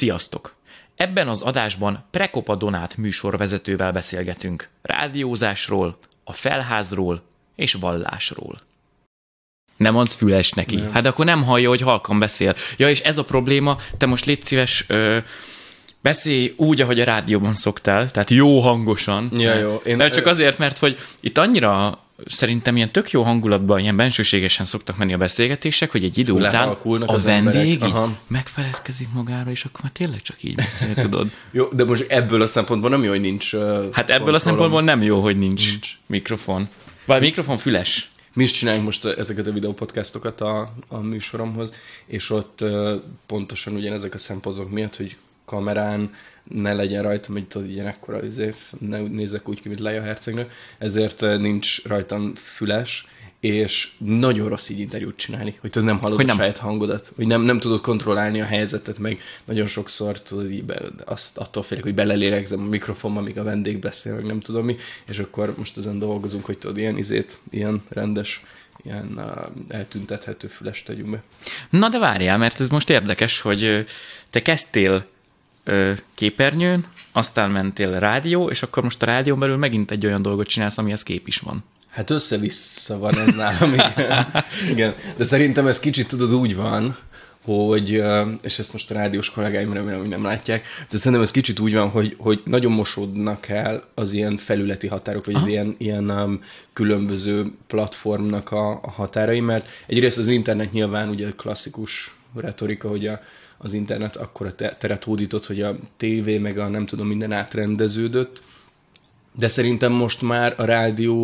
Sziasztok! Ebben az adásban Prekopa Donát műsorvezetővel beszélgetünk rádiózásról, a felházról és vallásról. Nem adsz füles neki? Nem. Hát akkor nem hallja, hogy halkan beszél. Ja, és ez a probléma, te most légy szíves, beszélj úgy, ahogy a rádióban szoktál, tehát jó hangosan. Ja, jó. Mert csak azért, mert hogy itt annyira szerintem ilyen tök jó hangulatban, ilyen bensőségesen szoktak menni a beszélgetések, hogy egy idő után a vendég így megfeledkezik magára, és akkor már tényleg csak így beszél, tudod. Jó, de most ebből a szempontból nem jó, hogy nincs hát ebből a szempontból nem jó, hogy nincs mikrofon. Vagy mikrofon füles. Mi is csináljuk most ezeket a videópodcastokat a műsoromhoz, és ott pontosan ugyanezek a szempontok miatt, hogy kamerán ne legyen rajtam, hogy tudod, ilyen ekkora ne nézzek úgy ki, mint Leia hercegnő, ezért nincs rajtam füles, és nagyon rossz így interjút csinálni, hogy tudod, nem hallod a saját hangodat, hogy nem tudod kontrollálni a helyzetet, meg nagyon sokszor tudod, így attól félek, hogy belelélegzem a mikrofonba, míg a vendég beszél, meg nem tudom mi, és akkor most ezen dolgozunk, hogy tudod, ilyen rendes, ilyen eltüntethető fülest tegyünk be. Na de várjál, mert ez most érdekes, hogy te kezdtél képernyőn, aztán mentél rádió, és akkor most a rádión belül megint egy olyan dolgot csinálsz, amihez kép is van. Hát össze-vissza van ez nálam, igen. De szerintem ez kicsit tudod úgy van, hogy, és ezt most a rádiós kollégáim remélem, hogy nem látják, de szerintem ez kicsit úgy van, hogy nagyon mosódnak el az ilyen felületi határok, vagy az ilyen különböző platformnak a határai, mert egyrészt az internet nyilván ugye klasszikus retorika, hogy az internet akkora teret hódított, hogy a tévé meg a nem tudom minden átrendeződött, de szerintem most már a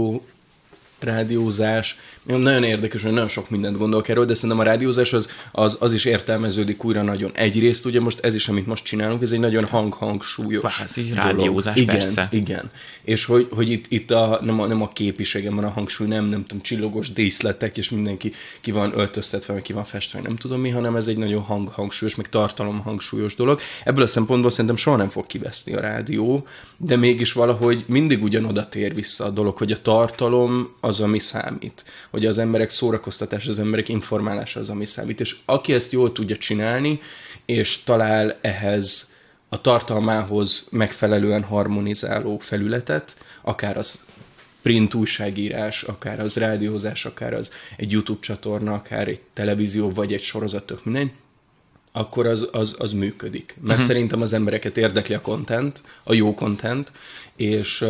rádiózás, nagyon érdekes, hogy nagyon sok mindent gondolok erről, de szerintem a rádiózás az is értelmeződik újra nagyon. Egyrészt ugye most ez is, amit most csinálunk, ez egy nagyon hang-hangsúlyos kvázi rádiózás, igen, persze. Igen. És hogy itt nem a képiségem van a hangsúly, nem tudom, csillogos díszletek, és mindenki ki van öltöztetve, meg ki van festve, nem tudom mi, hanem ez egy nagyon hang-hangsúlyos, meg tartalom-hangsúlyos dolog. Ebből a szempontból szerintem soha nem fog kiveszni a rádió, de mégis valahogy mindig ugyanoda tér vissza a dolog, hogy a tartalom az, ami számít. Hogy az emberek szórakoztatása, az emberek informálása az, ami számít. És aki ezt jól tudja csinálni, és talál ehhez a tartalmához megfelelően harmonizáló felületet, akár az print újságírás, akár az rádiózás, akár az egy YouTube csatorna, akár egy televízió, vagy egy sorozat, tök mindegy, akkor az működik. Mert szerintem az embereket érdekli a content, a jó content, és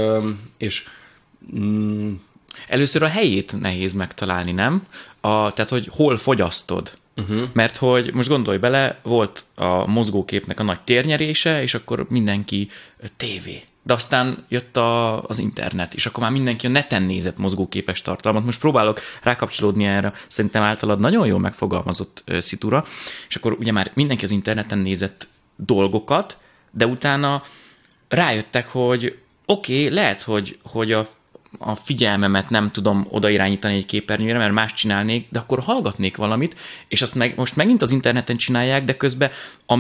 először a helyét nehéz megtalálni, nem? Tehát, hogy hol fogyasztod. Mert hogy most gondolj bele, volt a mozgóképnek a nagy térnyerése, és akkor mindenki tévé. De aztán jött az internet, és akkor már mindenki a neten nézett mozgóképes tartalmat. Most próbálok rákapcsolódni erre, szerintem általad nagyon jól megfogalmazott szitúra, és akkor ugye már mindenki az interneten nézett dolgokat, de utána rájöttek, hogy oké, lehet, hogy a figyelmemet nem tudom odairányítani egy képernyőre, mert más csinálnék, de akkor hallgatnék valamit, és azt most megint az interneten csinálják, de közben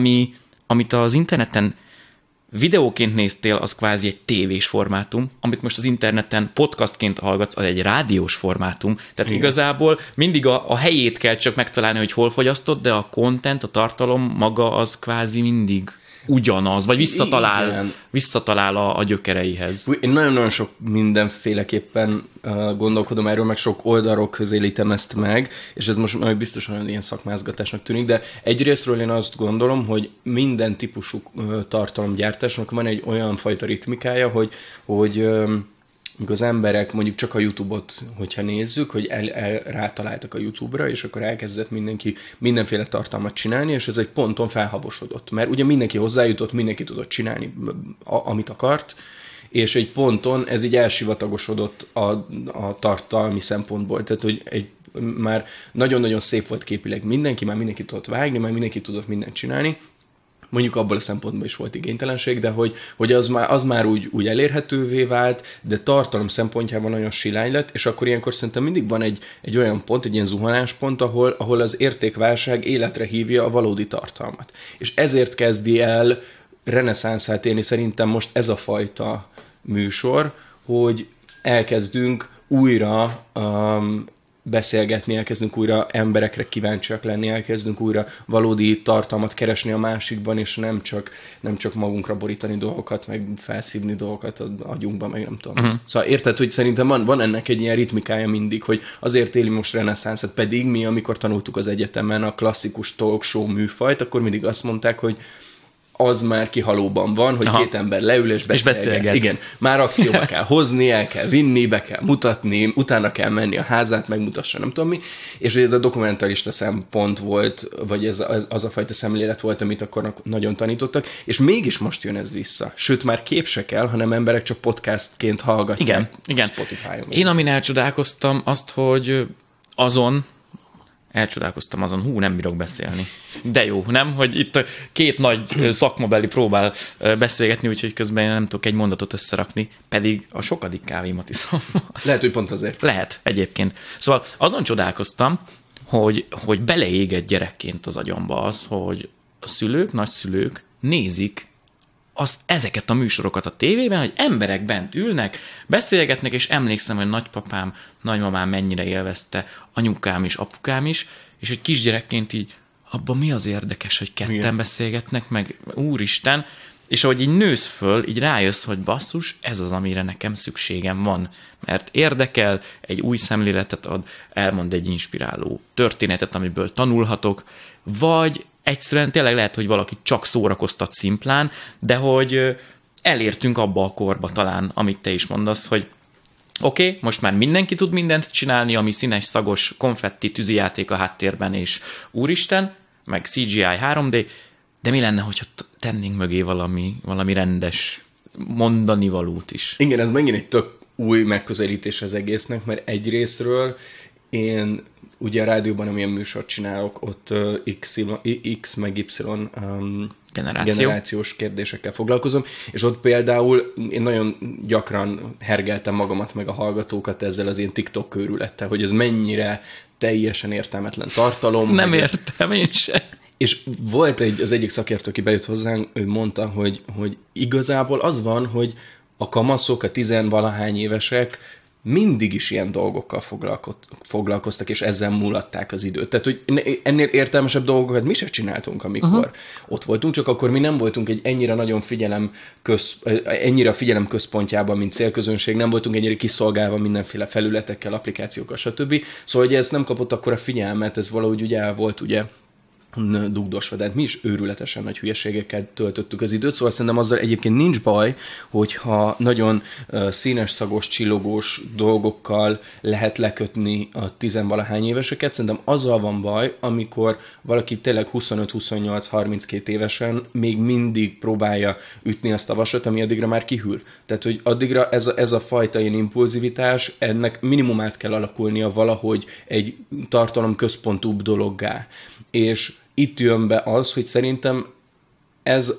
amit az interneten videóként néztél, az kvázi egy tévés formátum, amit most az interneten podcastként hallgatsz, az egy rádiós formátum. Tehát igazából mindig a helyét kell csak megtalálni, hogy hol fogyasztod, de a content, a tartalom maga az kvázi mindig ugyanaz, vagy visszatalál a gyökereihez. Én nagyon-nagyon sok mindenféleképpen gondolkodom erről, meg sok oldalról közelítem ezt meg, és ez most majd biztosan olyan ilyen szakmázgatásnak tűnik, de egyrésztről én azt gondolom, hogy minden típusú tartalomgyártásnak van egy olyan fajta ritmikája, hogy az emberek mondjuk csak a YouTube-ot, hogyha nézzük, hogy rátaláltak a YouTube-ra, és akkor elkezdett mindenki mindenféle tartalmat csinálni, és ez egy ponton felhabosodott. Mert ugye mindenki hozzájutott, mindenki tudott csinálni, amit akart, és egy ponton ez így elsivatagosodott a tartalmi szempontból. Tehát, hogy már nagyon-nagyon szép volt képileg mindenki, már mindenki tudott vágni, már mindenki tudott mindent csinálni, mondjuk abból a szempontból is volt igénytelenség, de hogy az már úgy elérhetővé vált, de tartalom szempontjában nagyon silány lett, és akkor ilyenkor szerintem mindig van egy olyan pont, egy ilyen zuhanáspont, ahol az értékválság életre hívja a valódi tartalmat. És ezért kezdi el reneszánszát élni szerintem most ez a fajta műsor, hogy elkezdünk újra beszélgetni, elkezdünk újra emberekre kíváncsiak lenni, elkezdünk újra valódi tartalmat keresni a másikban, és nem csak magunkra borítani dolgokat, meg felszívni dolgokat az agyunkban, meg nem tudom. Uh-huh. Szóval érted, hogy szerintem van ennek egy ilyen ritmikája mindig, hogy azért éli most reneszánszat, pedig mi, amikor tanultuk az egyetemen a klasszikus talk show műfajt, akkor mindig azt mondták, hogy az már kihalóban van, hogy két ember leül és beszélget. Igen, már akcióba kell hozni, el kell vinni, be kell mutatni, utána kell menni a házát, megmutassa, nem tudom mi, és ez a dokumentarista szempont volt, vagy ez az a fajta szemlélet volt, amit akkor nagyon tanítottak, és mégis most jön ez vissza. Sőt, már kép se kell, hanem emberek csak podcastként hallgatják. Igen. Spotify-on. Én amin elcsodálkoztam azt, hogy nem bírok beszélni. De jó, nem? Hogy itt két nagy szakmabeli próbál beszélgetni, úgyhogy közben én nem tudok egy mondatot összerakni, pedig a sokadik kávémat iszom. Lehet, hogy pont azért. Lehet, egyébként. Szóval azon csodálkoztam, hogy beleégett gyerekként az agyamba az, hogy a szülők, nagyszülők nézik ezeket a műsorokat a tévében, hogy emberek bent ülnek, beszélgetnek, és emlékszem, hogy nagypapám, nagymamám mennyire élvezte, anyukám és apukám is, és hogy kisgyerekként így, abban mi az érdekes, hogy ketten beszélgetnek, meg úristen, és ahogy így nősz föl, így rájössz, hogy basszus, ez az, amire nekem szükségem van, mert érdekel, egy új szemléletet ad, elmond egy inspiráló történetet, amiből tanulhatok, vagy egyszerűen tényleg lehet, hogy valaki csak szórakoztat szimplán, de hogy elértünk abba a korba talán, amit te is mondasz, hogy oké, most már mindenki tud mindent csinálni, ami színes, szagos, konfetti, tűzijáték a háttérben, és úristen, meg CGI 3D, de mi lenne, hogyha tennénk mögé valami rendes mondani valót is? Igen, ez megint egy tök új megközelítés az egésznek, mert egyrészről én ugye a rádióban, amilyen műsort csinálok, ott X meg Y generációs kérdésekkel foglalkozom, és ott például én nagyon gyakran hergeltem magamat meg a hallgatókat ezzel az én TikTok őrülettel, hogy ez mennyire teljesen értelmetlen tartalom. Nem értem én sem. És volt az egyik szakértő, aki bejött hozzánk, ő mondta, hogy igazából az van, hogy a kamaszok, a tizenvalahány évesek mindig is ilyen dolgokkal foglalkoztak, és ezzel múlatták az időt. Tehát, hogy ennél értelmesebb dolgokat mi sem csináltunk, amikor ott voltunk, csak akkor mi nem voltunk egy ennyire nagyon ennyire a figyelem központjában, mint célközönség, nem voltunk ennyire kiszolgálva mindenféle felületekkel, applikációkkal, stb. Szóval, hogy ez nem kapott akkor a figyelmet, ez valahogy ugye el volt, ugye, dugdosva, de mi is őrületesen nagy hülyeségekkel töltöttük az időt, szóval szerintem azzal egyébként nincs baj, hogyha nagyon színes, szagos, csillogós dolgokkal lehet lekötni a tizenvalahány éveseket, szerintem azzal van baj, amikor valaki tényleg 25-28-32 évesen még mindig próbálja ütni azt a vasat, ami addigra már kihűl. Tehát, hogy addigra ez a fajta ilyen impulzivitás, ennek minimumát kell alakulnia valahogy egy tartalom központúbb dologgá. És itt jön be az, hogy szerintem ez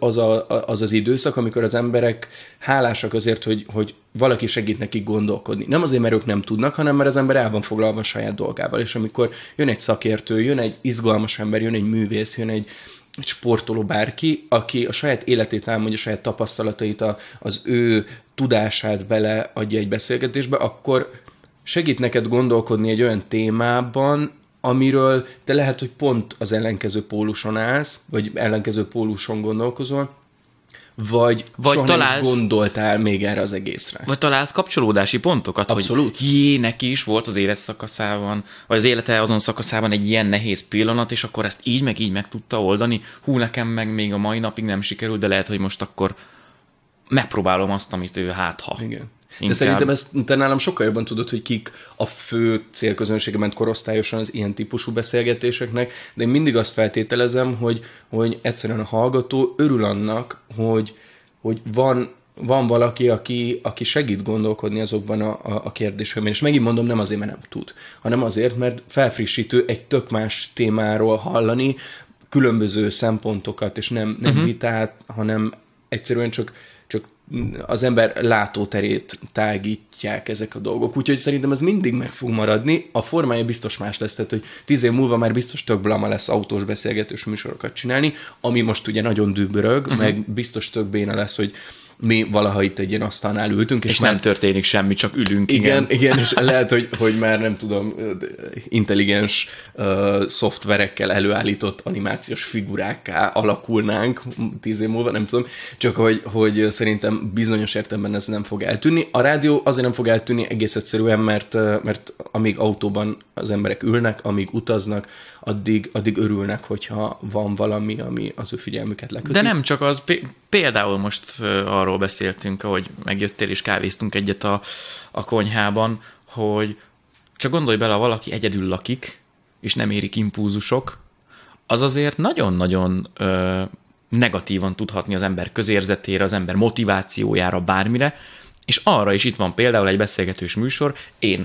az időszak, amikor az emberek hálásak azért, hogy valaki segít nekik gondolkodni. Nem azért, mert ők nem tudnak, hanem mert az ember el van foglalva a saját dolgával. És amikor jön egy szakértő, jön egy izgalmas ember, jön egy művész, jön egy sportoló bárki, aki a saját életét elmondja, a saját tapasztalatait, az ő tudását beleadja egy beszélgetésbe, akkor segít neked gondolkodni egy olyan témában, amiről te lehet, hogy pont az ellenkező póluson állsz, vagy ellenkező póluson gondolkozol, vagy soha nem is gondoltál még erre az egészre. Vagy találsz kapcsolódási pontokat, abszolút. Hogy neki is volt az élet szakaszában, vagy az élete azon szakaszában egy ilyen nehéz pillanat, és akkor ezt így meg tudta oldani. Nekem meg még a mai napig nem sikerült, de lehet, hogy most akkor megpróbálom azt, amit ő hátha. Igen. De szerintem ezt te nálam sokkal jobban tudod, hogy kik a fő célközönségement korosztályosan az ilyen típusú beszélgetéseknek, de én mindig azt feltételezem, hogy egyszerűen a hallgató örül annak, hogy van valaki, aki segít gondolkodni azokban a kérdésekben. És megint mondom, nem azért, mert nem tud, hanem azért, mert felfrissítő egy tök más témáról hallani, különböző szempontokat, és nem vitát, hanem egyszerűen csak az ember látóterét tágítják ezek a dolgok. Úgyhogy szerintem ez mindig meg fog maradni. A formája biztos más lesz, tehát hogy 10 év múlva már biztos tök blama lesz autós beszélgetős műsorokat csinálni, ami most ugye nagyon dübörög, meg biztos tök béna lesz, hogy mi valaha itt egy ilyen asztalnál ültünk, és nem történik semmi, csak ülünk. Igen, és lehet, hogy már nem tudom, intelligens szoftverekkel előállított animációs figurákká alakulnánk 10 év múlva, nem tudom, csak hogy szerintem bizonyos értelemben ez nem fog eltűnni. A rádió azért nem fog eltűnni egész egyszerűen, mert amíg autóban az emberek ülnek, amíg utaznak, addig örülnek, hogyha van valami, ami az ő figyelmüket leköti. De nem csak az, például most arról beszéltünk, ahogy megjöttél és kávéztunk egyet a konyhában, hogy csak gondolj bele, ha valaki egyedül lakik, és nem érik impulzusok, az azért nagyon-nagyon negatívan tudhatni az ember közérzetére, az ember motivációjára, bármire, és arra is itt van például egy beszélgetős műsor, én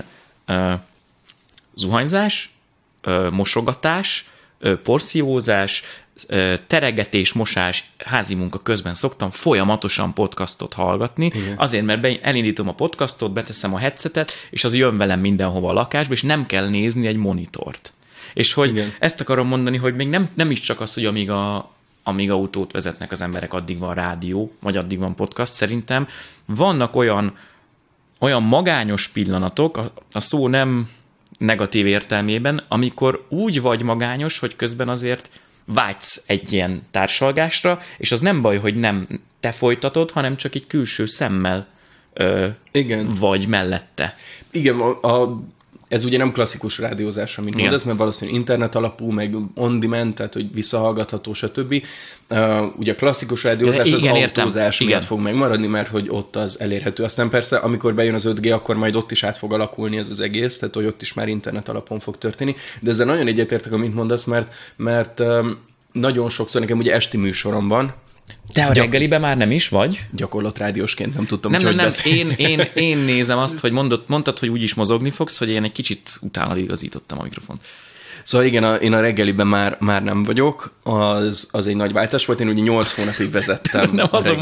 zuhanyzás, mosogatás, porciózás, teregetés, mosás, házi munka közben szoktam folyamatosan podcastot hallgatni, igen. Azért, mert elindítom a podcastot, beteszem a headsetet, és az jön velem mindenhova a lakásba, és nem kell nézni egy monitort. És hogy igen. Ezt akarom mondani, hogy még nem is csak az, hogy amíg autót vezetnek az emberek, addig van rádió, vagy addig van podcast, szerintem vannak olyan magányos pillanatok, a szó nem negatív értelmében, amikor úgy vagy magányos, hogy közben azért vágysz egy ilyen társalgásra, és az nem baj, hogy nem te folytatod, hanem csak egy külső szemmel igen. Vagy mellette. Igen, ez ugye nem klasszikus rádiózás, amit mondasz, mert valószínűleg internet alapú, meg on-demand, tehát hogy visszahallgatható, stb. Ugye a klasszikus rádiózás az autózás miatt fog megmaradni, mert hogy ott az elérhető. Aztán persze, amikor bejön az 5G, akkor majd ott is át fog alakulni ez az egész, tehát hogy ott is már internet alapon fog történni. De ezzel nagyon egyetértek, amit mondasz, mert nagyon sokszor nekem ugye esti műsorom van. Te a reggeliben már nem is vagy? Gyakorlat rádiósként nem tudtam, nem. Én nézem azt, hogy mondtad, hogy úgy is mozogni fogsz, hogy én egy kicsit utána igazítottam a mikrofont. Szóval igen, én a reggeliben már nem vagyok, az egy nagy váltás volt, én ugye 8 hónapig vezettem. Nem, azon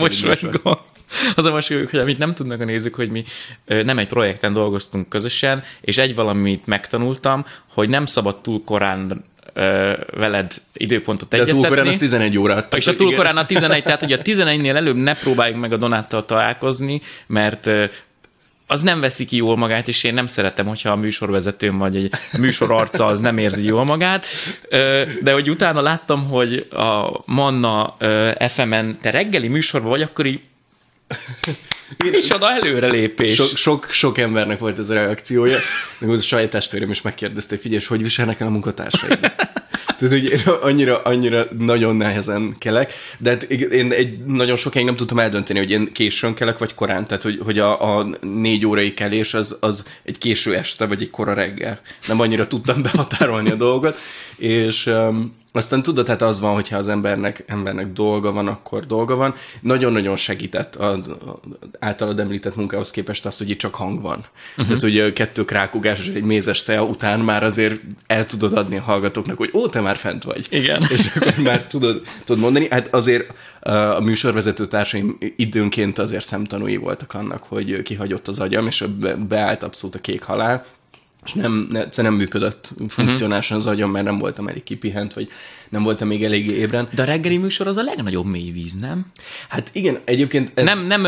most hogy amit nem tudnak a nézők, hogy mi nem egy projekten dolgoztunk közösen, és valamit megtanultam, hogy nem szabad túl korán veled időpontot egyeztetni. De a túl korán az 11 óra. És a túl korán a 11, tehát hogy a 11-nél előbb ne próbáljuk meg a Donáttal találkozni, mert az nem veszi ki jól magát, és én nem szeretem, hogyha a műsorvezetőm vagy egy műsorarca az nem érzi jól magát, de hogy utána láttam, hogy a Manna FM-en te reggeli műsorban vagy, akkor így micsoda előrelépés. Sok embernek volt ez a reakciója. Meg az a saját testvérem is megkérdezte, hogy figyelj, hogy viselnek el a munkatársaid. Tehát, hogy én annyira nagyon nehezen kelek, de hát én nagyon sokáig nem tudtam eldönteni, hogy én későn kelek, vagy korán. Tehát, hogy a 4 órai kelés az egy késő este, vagy egy kora reggel. Nem annyira tudtam behatárolni a dolgot, és aztán tudod, hát az van, hogyha az embernek dolga van, akkor dolga van. Nagyon-nagyon segített az általad említett munkához képest az, hogy itt csak hang van. Tehát, hogy 2 krákogás és egy mézes tea után már azért el tudod adni a hallgatóknak, hogy te már fent vagy. Igen. És akkor már tudod mondani. Hát azért a műsorvezető társaim időnként azért szemtanúi voltak annak, hogy kihagyott az agyam, és beállt abszolút a kék halál. És nem működött funkcionálisan az agyam, mert nem voltam elég kipihent, vagy nem voltam még eléggé ébren. De a reggeli műsor az a legnagyobb mélyvíz, nem? Hát igen, egyébként ez...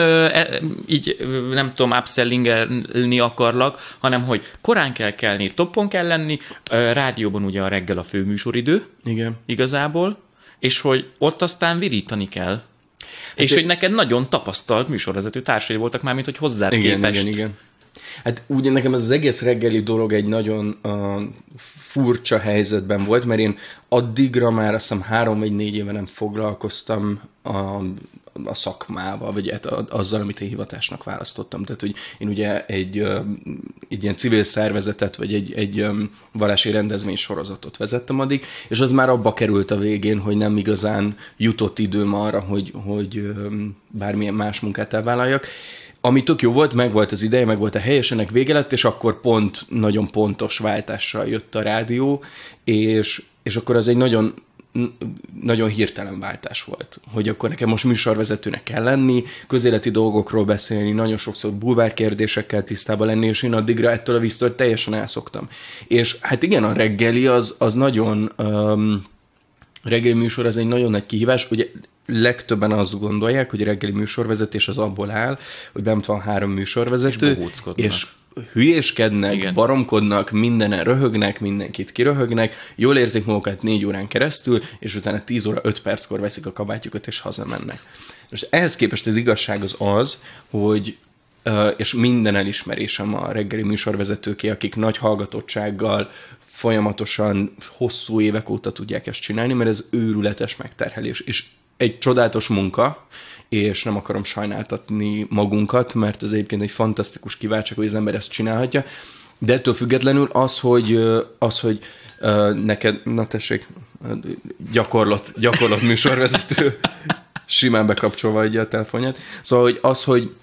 Nem tudom, upsellingelni akarlak, hanem hogy korán kell kelni, toppon kell lenni, rádióban ugye a reggel a főműsoridő, igen. Igazából, és hogy ott aztán virítani kell. Hát és hogy neked nagyon tapasztalt műsorvezető társai voltak már, mint hogy hozzád képest. Igen. Hát ugye nekem ez az egész reggeli dolog egy nagyon furcsa helyzetben volt, mert én addigra már azt hiszem 3 vagy 4 éve nem foglalkoztam a szakmával, vagy azzal, amit én hivatásnak választottam. Tehát, hogy én ugye egy ilyen civil szervezetet, vagy egy vallási rendezvény sorozatot vezettem addig, és az már abba került a végén, hogy nem igazán jutott időm arra, hogy bármilyen más munkát elvállaljak. Ami tök jó volt, meg volt az ideje, meg volt a hely, és ennek vége lett, és akkor nagyon pontos váltással jött a rádió, és akkor az egy nagyon, nagyon hirtelen váltás volt, hogy akkor nekem most műsorvezetőnek kell lenni, közéleti dolgokról beszélni, nagyon sokszor bulvárkérdésekkel tisztában lenni, és én addigra ettől a víztől teljesen elszoktam. És hát igen, a reggeli az nagyon... A reggeli műsor az egy nagyon nagy kihívás. Ugye legtöbben azt gondolják, hogy a reggeli műsorvezetés az abból áll, hogy bent van 3 műsorvezető, és hülyéskednek, igen, baromkodnak, mindenen röhögnek, mindenkit kiröhögnek, jól érzik magukat 4 órán keresztül, és utána 10 óra 5 perckor veszik a kabátjukat, és hazamennek. Most ehhez képest az igazság az, hogy és minden elismerésem a reggeli műsorvezetőké, akik nagy hallgatottsággal folyamatosan hosszú évek óta tudják ezt csinálni, mert ez őrületes megterhelés. És egy csodálatos munka, és nem akarom sajnáltatni magunkat, mert ez egyébként egy fantasztikus kiváltság, hogy az ember ezt csinálhatja, de ettől függetlenül az, hogy neked, na tessék, gyakorlott műsorvezető, simán bekapcsolva egy a telefonját. Szóval, hogy az,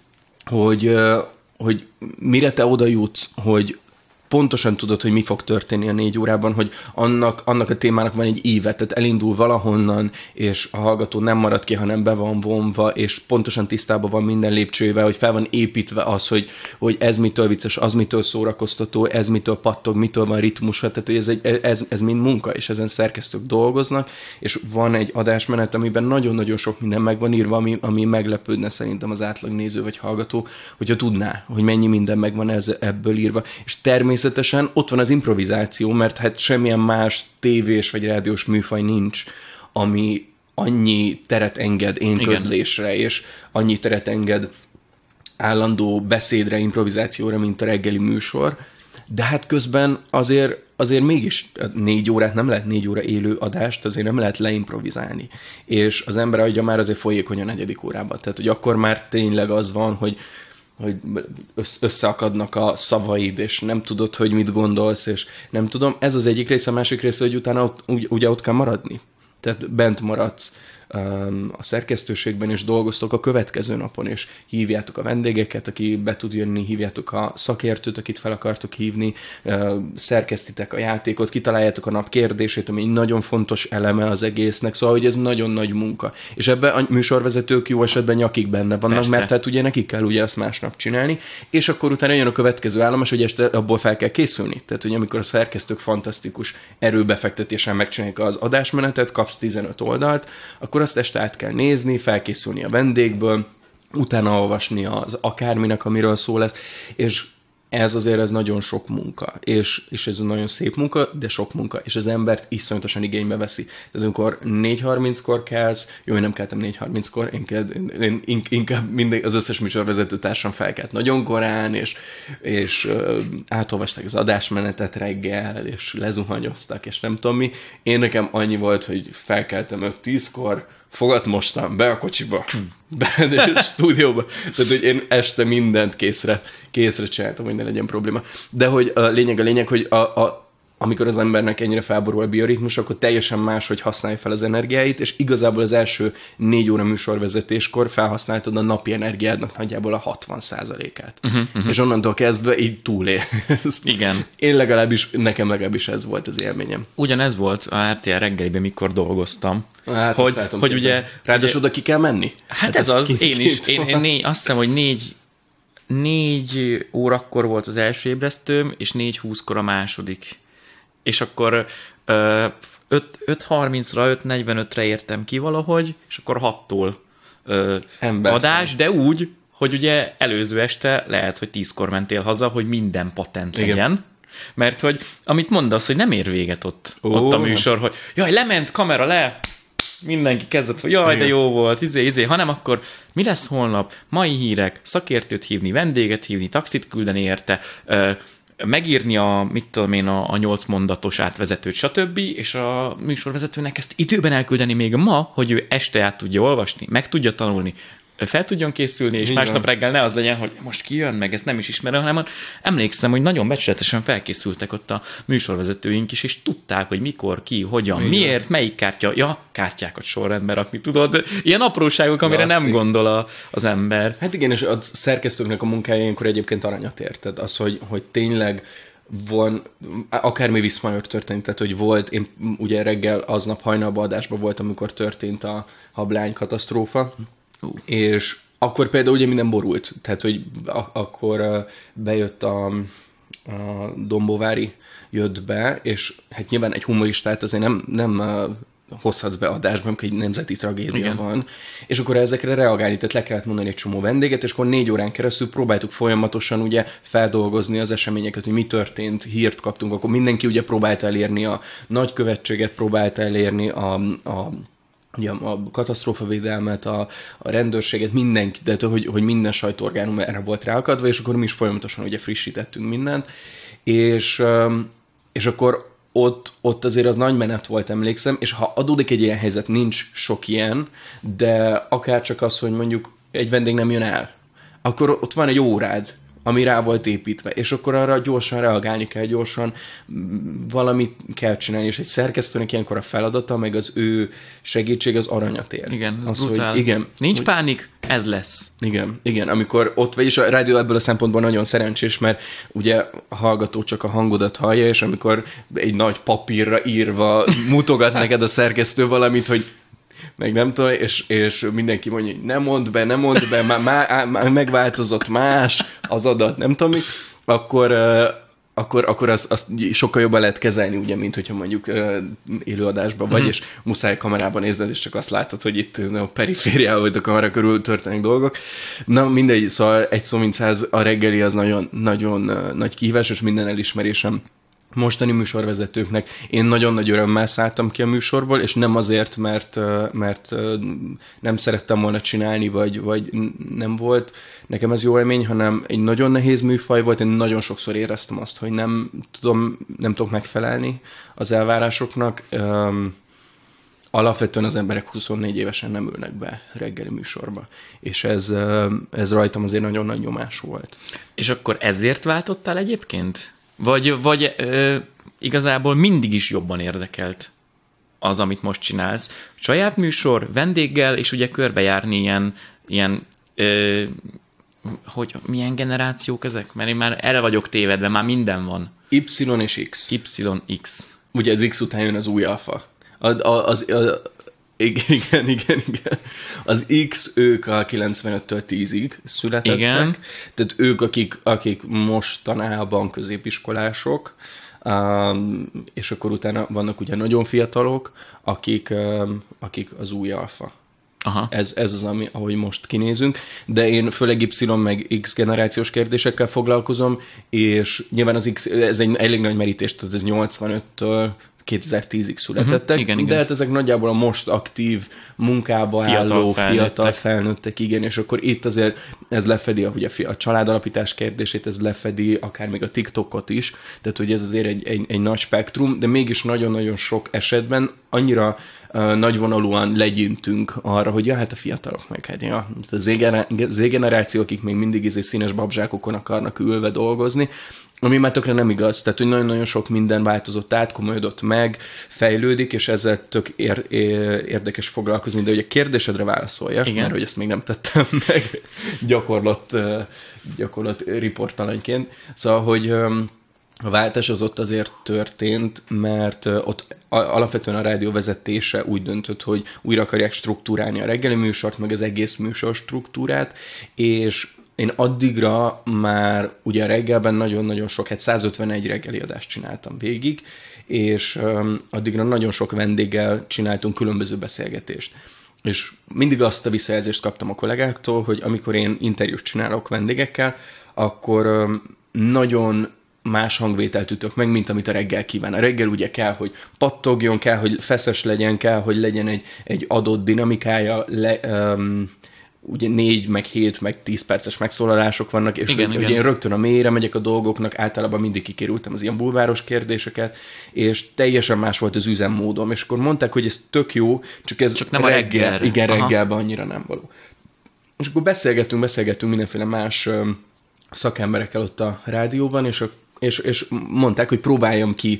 hogy mire te oda jutsz, hogy pontosan tudod, hogy mi fog történni a 4 órában, hogy annak a témának van egy íve, tehát elindul valahonnan, és a hallgató nem marad ki, hanem be van vonva, és pontosan tisztában van minden lépcsőjével, hogy fel van építve az, hogy ez mitől vicces, az mitől szórakoztató, ez mitől pattog, mitől van ritmusa, tehát ez mind munka, és ezen szerkesztők dolgoznak, és van egy adásmenet, amiben nagyon-nagyon sok minden meg van írva, ami meglepődne szerintem az átlag néző vagy hallgató, hogyha tudná, hogy mennyi minden meg van ebből írva, és természetesen ott van az improvizáció, mert hát semmilyen más tévés vagy rádiós műfaj nincs, ami annyi teret enged énközlésre, és annyi teret enged állandó beszédre, improvizációra, mint a reggeli műsor, de hát közben azért mégis 4 órát nem lehet 4 óra élő adást, azért nem lehet leimprovizálni. És az ember adja már azért folyékony a 4. órában. Tehát, hogy akkor már tényleg az van, hogy összeakadnak a szavaid, és nem tudod, hogy mit gondolsz, és nem tudom. Ez az egyik része, a másik része, hogy utána ugye ott kell maradni. Tehát bent maradsz a szerkesztőségben, és dolgoztok a következő napon, és hívjátok a vendégeket, aki be tud jönni, hívjátok a szakértőt, akit fel akartok hívni, szerkesztitek a játékot, kitaláljátok a nap kérdését, ami egy nagyon fontos eleme az egésznek, szóval, hogy ez nagyon nagy munka. És ebben a műsorvezetők jó esetben nyakig benne vannak, persze, mert hát ugye nekik kell ugye ezt másnap csinálni, és akkor utána jön a következő állomás, hogy este abból fel kell készülni. Tehát, hogy amikor a szerkesztők fantasztikus erőbefektetésen megcsinálják az adásmenetet, kapsz 15 oldalt, akkor azt este át kell nézni, felkészülni a vendégből, utána olvasni az akárminek, amiről szó lesz, és ez azért ez nagyon sok munka, és ez nagyon szép munka, de sok munka, és az embert iszonyatosan igénybe veszi. Tehát amikor 4:30-kor kelsz, jó, én nem keltem 4:30-kor, én inkább az összes műsorvezető társam felkelt nagyon korán, és átolvasták az adásmenetet reggel, és lezuhanyoztak, és nem tudom mi. Én nekem annyi volt, hogy felkeltem 5-10-kor, fogat mostam be a kocsiba, be a stúdióba. Tehát, hogy én este mindent készre csináltam, hogy ne legyen probléma. De hogy a lényeg, hogy amikor az embernek ennyire felborul a bioritmus, akkor teljesen más, hogy használja fel az energiáit, és igazából az első 4 óra műsorvezetéskor felhasználtad a napi energiádnak nagyjából a 60%-át. És onnantól kezdve így túlélsz. Igen. Nekem legalábbis ez volt az élményem. Ugyanez volt a RTL reggeliben, mikor dolgoztam. Hát hogy ugye... Ráadásul oda ki kell menni? Hát ez az, én is. Én azt hiszem, hogy 4 órakor volt az első ébresztőm, és 4:20-kor a második. És akkor 5:30-ra, 5:45-re értem ki valahogy, és akkor 6-tól adás, de úgy, hogy ugye előző este lehet, hogy 10-kor mentél haza, hogy minden patent legyen. Mert hogy, amit mondasz, hogy nem ér véget ott a műsor, hogy jaj, lement, kamera le, mindenki kezdett, hogy jaj, de jó volt, hanem akkor mi lesz holnap? Mai hírek, szakértőt hívni, vendéget hívni, taxit küldeni érte, megírni a 8 mondatos átvezetőt, stb., és a műsorvezetőnek ezt időben elküldeni még ma, hogy ő este át tudja olvasni, meg tudja tanulni, fel tudjon készülni, és másnap reggel ne az legyen, hogy most kijön, meg ezt nem is ismerem, hanem emlékszem, hogy nagyon becsületesen felkészültek ott a műsorvezetőink is, és tudták, hogy mikor, ki, hogyan, miért, melyik kártya, kártyákat sorrendbe rakni, tudod? Ilyen apróságok, amire nem gondol az ember. Hát igen, és a szerkesztőknek a munkája ilyenkor egyébként aranyat érted. Az, hogy tényleg van, akármi viszmajor történt, tehát hogy volt, én ugye reggel aznap hajnalban adásban voltam, amikor történt a hablány katasztrófa, és akkor például ugye minden borult, tehát hogy akkor bejött a Dombóvári jött be, és hát nyilván egy humoristát azért nem hozhatsz be adásban, amikor egy nemzeti tragédia Igen. van, és akkor ezekre reagálni, tehát le kellett mondani egy csomó vendéget, és akkor 4 órán keresztül próbáltuk folyamatosan ugye feldolgozni az eseményeket, hogy mi történt, hírt kaptunk, akkor mindenki ugye próbálta elérni a nagykövetséget, próbálta elérni ugye a katasztrófavédelmet, a rendőrséget, mindenki, de hogy minden sajtóorgánum erre volt ráakadva, és akkor mi is folyamatosan ugye frissítettünk mindent, és akkor ott azért az nagy menet volt, emlékszem, és ha adódik egy ilyen helyzet, nincs sok ilyen, de akár csak az, hogy mondjuk egy vendég nem jön el, akkor ott van egy órád, ami rá volt építve, és akkor arra gyorsan reagálni kell, gyorsan valamit kell csinálni, és egy szerkesztőnek ilyenkor a feladata, meg az ő segítség az aranyat ér. Igen, ez az, brutál. hogy igen, Nincs pánik, ez lesz. Igen, amikor ott vagy, és a rádió ebből a szempontból nagyon szerencsés, mert ugye a hallgató csak a hangodat hallja, és amikor egy nagy papírra írva mutogat neked a szerkesztő valamit, hogy meg nem tudom, és mindenki mondja, hogy ne mondd be, már megváltozott más az adat, nem tudom, akkor azt sokkal jobban lehet kezelni, ugye, mint hogyha mondjuk élőadásban vagy, és muszáj kamerában nézned, és csak azt látod, hogy itt a perifériában, vagy a kamera körül történnek dolgok. Na mindegy, szóval egy szó mint száz, a reggeli az nagyon, nagyon nagy kihívás, és minden elismerésem mostani műsorvezetőknek. Én nagyon nagy örömmel szálltam ki a műsorból, és nem azért, mert nem szerettem volna csinálni, vagy nem volt nekem ez jó élmény, hanem egy nagyon nehéz műfaj volt, én nagyon sokszor éreztem azt, hogy nem tudok megfelelni az elvárásoknak. Alapvetően az emberek 24 évesen nem ülnek be reggeli műsorba, és ez rajtam azért nagyon nagy nyomás volt. És akkor ezért váltottál egyébként? Vagy igazából mindig is jobban érdekelt az, amit most csinálsz? Saját műsor, vendéggel, és ugye körbejárni ilyen hogy milyen generációk ezek? Mert én már el vagyok tévedve, már minden van. Y és X. YX. Ugye az X után jön az új alfa. Igen. Az X, ők a 95-től 10-ig születettek. Igen. Tehát ők, akik mostanában középiskolások, és akkor utána vannak ugye nagyon fiatalok, akik az új alfa. Aha. Ez az, ahogy most kinézünk, de én főleg Y meg X generációs kérdésekkel foglalkozom, és nyilván az X, ez egy elég nagy merítés, tehát ez 85-től 2010-ig születettek, igen. de hát ezek nagyjából a most aktív munkába álló fiatal felnőttek, igen, és akkor itt azért ez lefedi a családalapítás kérdését, ez lefedi akár még a TikTokot is, tehát hogy ez azért egy nagy spektrum, de mégis nagyon-nagyon sok esetben annyira nagyvonalúan legyintünk arra, hogy hát a fiatalok meg, hát a Z-generáció, akik még mindig színes babzsákokon akarnak ülve dolgozni, ami már tökre nem igaz, tehát hogy nagyon-nagyon sok minden változott át, komolyodott meg, fejlődik, és ezzel tök érdekes foglalkozni, de hogy a kérdésedre válaszoljak, mert hogy ezt még nem tettem meg gyakorlat riportalanyként. Szóval, hogy a váltás az ott azért történt, mert ott alapvetően a rádió vezetése úgy döntött, hogy újra akarják struktúrálni a reggeli műsort, meg az egész műsor struktúrát, és én addigra már ugye a reggelben nagyon-nagyon sok, 151 reggeli adást csináltam végig, és addigra nagyon sok vendéggel csináltunk különböző beszélgetést. És mindig azt a visszajelzést kaptam a kollégáktól, hogy amikor én interjút csinálok vendégekkel, akkor nagyon más hangvételt ütök meg, mint amit a reggel kíván. A reggel ugye kell, hogy pattogjon, kell, hogy feszes legyen, kell, hogy legyen egy adott dinamikája, ugye 4, meg 7, meg 10 perces megszólalások vannak, és igen. Én rögtön a mélyre megyek a dolgoknak, általában mindig kikerültem az ilyen bulváros kérdéseket, és teljesen más volt az üzemmódom, és akkor mondták, hogy ez tök jó, csak ez nem reggel. Igen, reggelben annyira nem való. És akkor beszélgettünk mindenféle más szakemberekkel ott a rádióban, és mondták, hogy próbáljam ki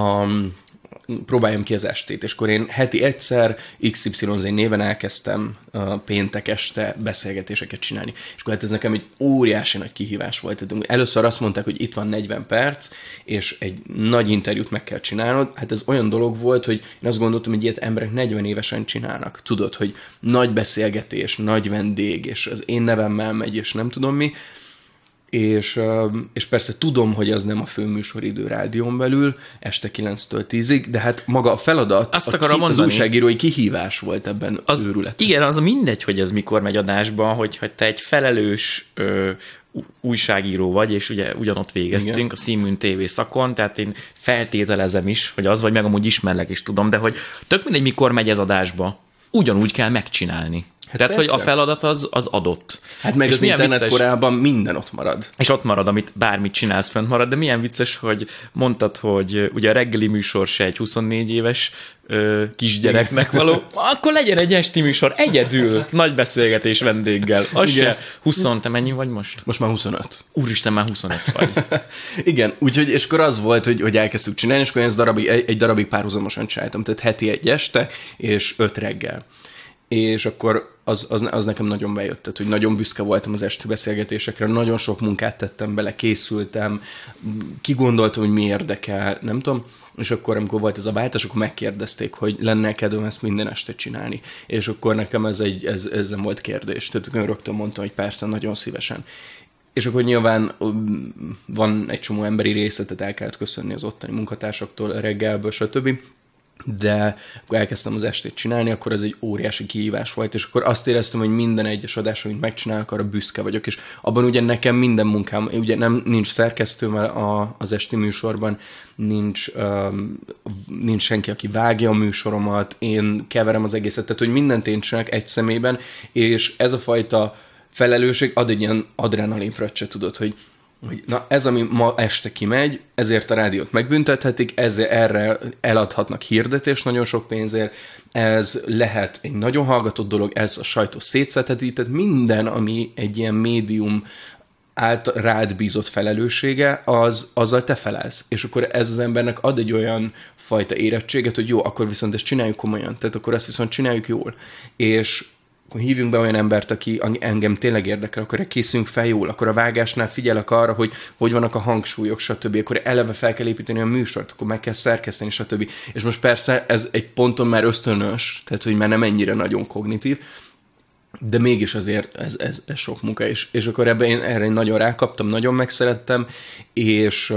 az estét, és akkor én heti egyszer XYZ néven elkezdtem péntek este beszélgetéseket csinálni. És akkor hát ez nekem egy óriási nagy kihívás volt. Tehát először azt mondták, hogy itt van 40 perc, és egy nagy interjút meg kell csinálnod. Hát ez olyan dolog volt, hogy én azt gondoltam, hogy ilyet emberek 40 évesen csinálnak. Tudod, hogy nagy beszélgetés, nagy vendég, és az én nevemmel megy, és nem tudom mi. és persze tudom, hogy az nem a főműsoridő rádión belül, este 9-től 10-ig, de hát maga a feladat, az újságírói kihívás volt ebben az őrület. Igen, az mindegy, hogy ez mikor megy adásba, hogy te egy felelős újságíró vagy, és ugye ugyanott végeztünk, igen, a Színműn TV szakon, tehát én feltételezem is, hogy az vagy, meg amúgy ismerlek is tudom, de hogy tök mindegy, mikor megy ez adásba, ugyanúgy kell megcsinálni. Hát tehát, persze, hogy a feladat az adott. Hát meg és az internet vicces, korában minden ott marad. És ott marad, amit bármit csinálsz, fönt marad, de milyen vicces, hogy mondtad, hogy ugye a reggeli műsor se egy 24 éves kisgyereknek való, akkor legyen egy esti műsor egyedül, nagy beszélgetés vendéggel. Az igen, se 20, te mennyi vagy most? Most már 25. Úristen, már 25 vagy. Igen, úgyhogy, és akkor az volt, hogy elkezdtük csinálni, és akkor egy darabig párhuzamosan csináltam, tehát heti egy este, és 5 reggel. És akkor az nekem nagyon bejött, tehát hogy nagyon büszke voltam az esti beszélgetésekre, nagyon sok munkát tettem bele, készültem, kigondoltam, hogy mi érdekel, nem tudom, és akkor, amikor volt ez a váltás, akkor megkérdezték, hogy lenne kedvem ezt minden este csinálni. És akkor nekem ez nem volt kérdés. Tehát rögtön mondtam, hogy persze, nagyon szívesen. És akkor nyilván van egy csomó emberi részletet, el kellett köszönni az ottani munkatársaktól reggelből, stb., de akkor elkezdtem az estét csinálni, akkor ez egy óriási kihívás volt, és akkor azt éreztem, hogy minden egyes adás, amit megcsinálok, arra büszke vagyok, és abban ugye nekem minden munkám, ugye nincs szerkesztőm az esti műsorban, nincs senki, aki vágja a műsoromat, én keverem az egészet, tehát hogy mindent én csinálok egy személyben, és ez a fajta felelősség ad egy ilyen adrenalin fröccset, tudod, hogy na ez, ami ma este kimegy, ezért a rádiót megbüntethetik, erre eladhatnak hirdetést nagyon sok pénzért, ez lehet egy nagyon hallgatott dolog, ez a sajtó szétszetheti, tehát minden, ami egy ilyen médium rád bízott felelőssége, azzal te felelsz. És akkor ez az embernek ad egy olyan fajta érettséget, hogy jó, akkor viszont ezt csináljuk komolyan, tehát akkor ezt viszont csináljuk jól. És akkor hívjunk be olyan embert, aki engem tényleg érdekel, akkor készülünk fel jól, akkor a vágásnál figyelek arra, hogy vannak a hangsúlyok, stb. Akkor eleve fel kell építeni a műsort, akkor meg kell szerkeszteni, stb. És most persze ez egy ponton már ösztönös, tehát hogy már nem ennyire nagyon kognitív, de mégis azért ez sok munka, és akkor erre én nagyon rákaptam, nagyon megszerettem, és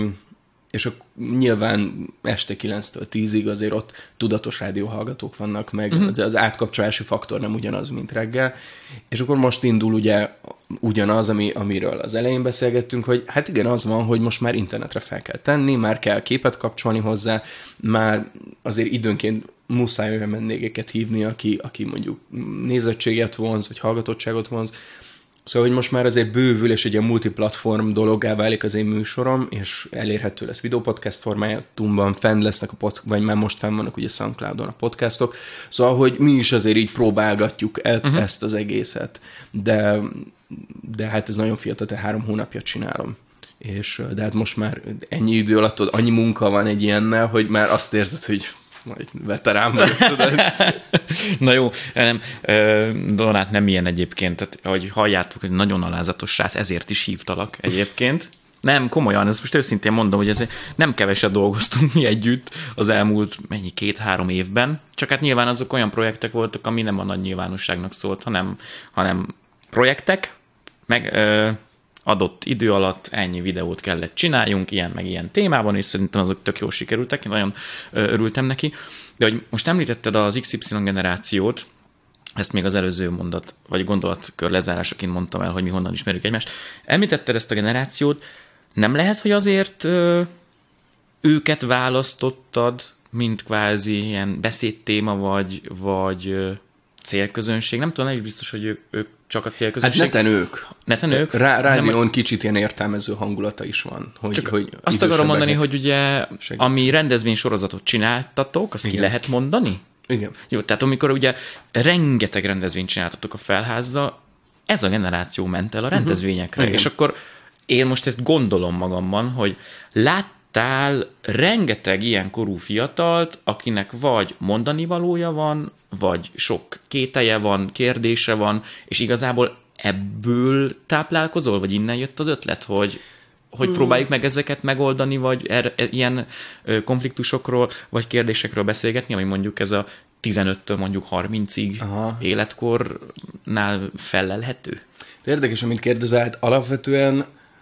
nyilván este 9-től 10-ig azért ott tudatos rádióhallgatók vannak, meg az átkapcsolási faktor nem ugyanaz, mint reggel, és akkor most indul ugye ugyanaz, amiről az elején beszélgettünk, hogy hát igen, az van, hogy most már internetre fel kell tenni, már kell képet kapcsolni hozzá, már azért időnként muszáj olyan vendégeket hívni, aki mondjuk nézettséget vonz, vagy hallgatottságot vonz. Szóval, hogy most már azért bővül, és egy ilyen multiplatform dologgá válik az én műsorom, és elérhető lesz videópodcast formátumban, fenn lesznek vagy már most fenn vannak ugye SoundCloudon a podcastok. Szóval, hogy mi is azért így próbálgatjuk ezt az egészet. De hát ez nagyon fiatal, tehát 3 hónapja csinálom. De hát most már ennyi idő alatt annyi munka van egy ilyennel, hogy már azt érzed, hogy majd veterán vagyok, tudod. Na jó, nem, Donát nem ilyen egyébként, tehát, ahogy halljátok, hogy nagyon alázatos srác, ezért is hívtalak egyébként. Nem, komolyan, ezt most őszintén mondom, hogy ezért nem keveset dolgoztunk mi együtt az elmúlt 2-3 évben, csak hát nyilván azok olyan projektek voltak, ami nem a nagy nyilvánosságnak szólt, hanem projektek, meg adott idő alatt ennyi videót kellett csináljunk, ilyen meg ilyen témában, és szerintem azok tök jól sikerültek, én nagyon örültem neki. De hogy most említetted az XY generációt, ezt még az előző mondat, vagy gondolatkör lezárásaként mondtam el, hogy mi honnan ismerjük egymást. Említetted ezt a generációt, nem lehet, hogy azért őket választottad, mint kvázi ilyen beszédtéma, vagy célközönség? Nem tudom, nem is biztos, hogy ők csak a célközönség. Hát neten ők. Rádión nem, kicsit ilyen értelmező hangulata is van. Hogy azt akarom mondani, hogy ugye, ami rendezvénysorozatot csináltatok, azt ki lehet mondani? Igen. Jó, tehát amikor ugye rengeteg rendezvényt csináltatok a Felházzal, ez a generáció ment el a rendezvényekre. És akkor én most ezt gondolom magamban, hogy láttál rengeteg ilyen korú fiatalt, akinek vagy mondani valója van, vagy sok kételje van, kérdése van, és igazából ebből táplálkozol, vagy innen jött az ötlet, hogy próbáljuk meg ezeket megoldani, vagy ilyen konfliktusokról, vagy kérdésekről beszélgetni, ami mondjuk ez a 15-től mondjuk 30-ig életkornál fellelhető? Érdekes, amit kérdezel, hát alapvetően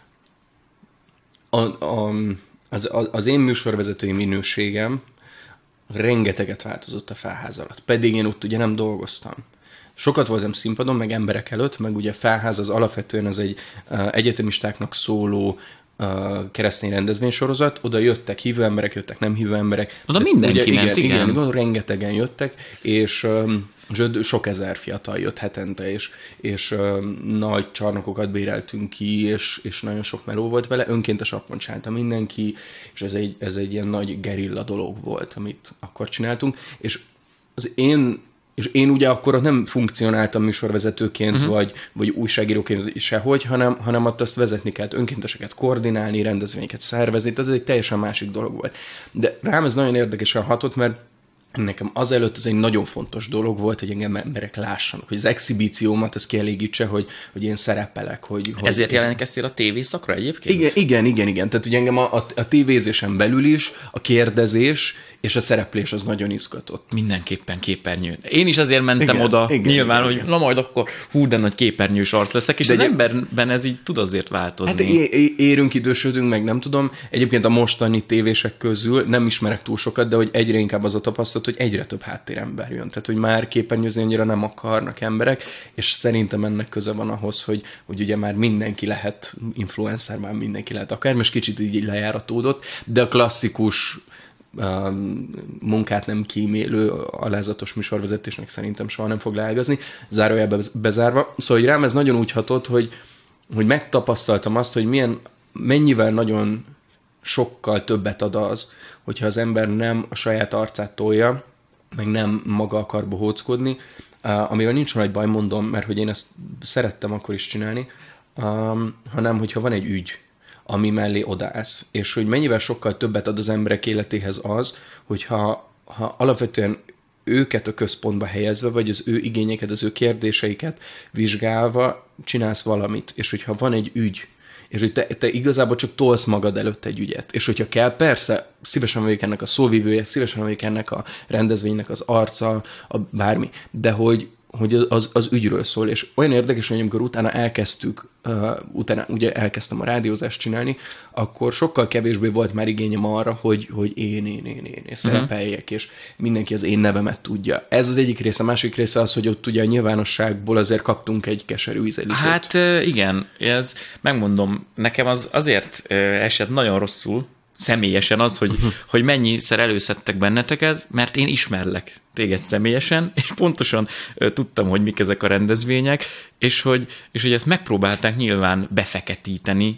az én műsorvezetői minőségem rengeteget változott a Felház alatt. Pedig én ott ugye nem dolgoztam. Sokat voltam színpadon, meg emberek előtt, meg ugye Felház az alapvetően az egy egyetemistáknak szóló keresztény rendezvénysorozat, oda jöttek hívő emberek, jöttek nem hívő emberek. Oda mindenki ugye, ment, igen. Rengetegen jöttek, és sok ezer fiatal jött hetente, és nagy csarnokokat béreltünk ki, és nagyon sok meló volt vele, önkéntes appon csinálta mindenki, és ez egy ilyen nagy gerilla dolog volt, amit akkor csináltunk, és én ugye akkor nem funkcionáltam műsorvezetőként, vagy újságíróként sehogy, hanem ott azt vezetni kellett, önkénteseket koordinálni, rendezvényeket szervezni, ez egy teljesen másik dolog volt. De rám ez nagyon érdekesen hatott, mert nekem azelőtt ez egy nagyon fontos dolog volt, hogy engem emberek lássanak, hogy az exhibíciómat ez kielégítse, hogy én szerepelek. Ezért jelentkeztél a tévészakra egyébként? Igen. Tehát ugye engem a tévézésen belül is a kérdezés és a szereplés az nagyon izgatott. Mindenképpen képernyő. Én is azért mentem oda, nyilván, hogy na majd akkor de nagy képernyős arc leszek, és az emberben ez így tud azért változni. Hát érünk, idősödünk, meg nem tudom. Egyébként a mostani tévések közül nem ismerek túl sokat, de hogy egyre inkább az a tapasztalat, hogy egyre több háttérember jön. Tehát, hogy már képernyőzni annyira nem akarnak emberek, és szerintem ennek köze van ahhoz, hogy ugye már mindenki lehet influencer, már mindenki lehet akár, most kicsit így lejáratódott, de a klasszikus munkát nem kímélő, alázatos műsorvezetésnek szerintem soha nem fog leágazni, zárójelbe bezárva. Szóval hogy rám ez nagyon úgy hatott, hogy megtapasztaltam azt, hogy mennyivel nagyon sokkal többet ad az, hogyha az ember nem a saját arcát tolja, meg nem maga akar bohóckodni, amivel nincs nagy baj, mondom, mert hogy én ezt szerettem akkor is csinálni, hanem hogyha van egy ügy, ami mellé odaállsz. És hogy mennyivel sokkal többet ad az emberek életéhez az, hogyha alapvetően őket a központba helyezve, vagy az ő igényeket, az ő kérdéseiket vizsgálva csinálsz valamit. És hogyha van egy ügy, és hogy te igazából csak tolsz magad előtt egy ügyet. És hogyha kell, persze, szívesen vagyok ennek a szóvivője, szívesen vagyok ennek a rendezvénynek az arca, bármi, de hogy az ügyről szól, és olyan érdekes, hogy amikor utána ugye elkezdtem a rádiózást csinálni, akkor sokkal kevésbé volt már igényem arra, hogy én szerepeljek, és mindenki az én nevemet tudja. Ez az egyik része, a másik része az, hogy ott ugye a nyilvánosságból azért kaptunk egy keserű ízelítőt. Hát igen, ez megmondom, nekem az azért esett nagyon rosszul, személyesen az, hogy mennyiszer előszedtek benneteket, mert én ismerlek téged személyesen, és pontosan tudtam, hogy mik ezek a rendezvények, és hogy ezt megpróbálták nyilván befeketíteni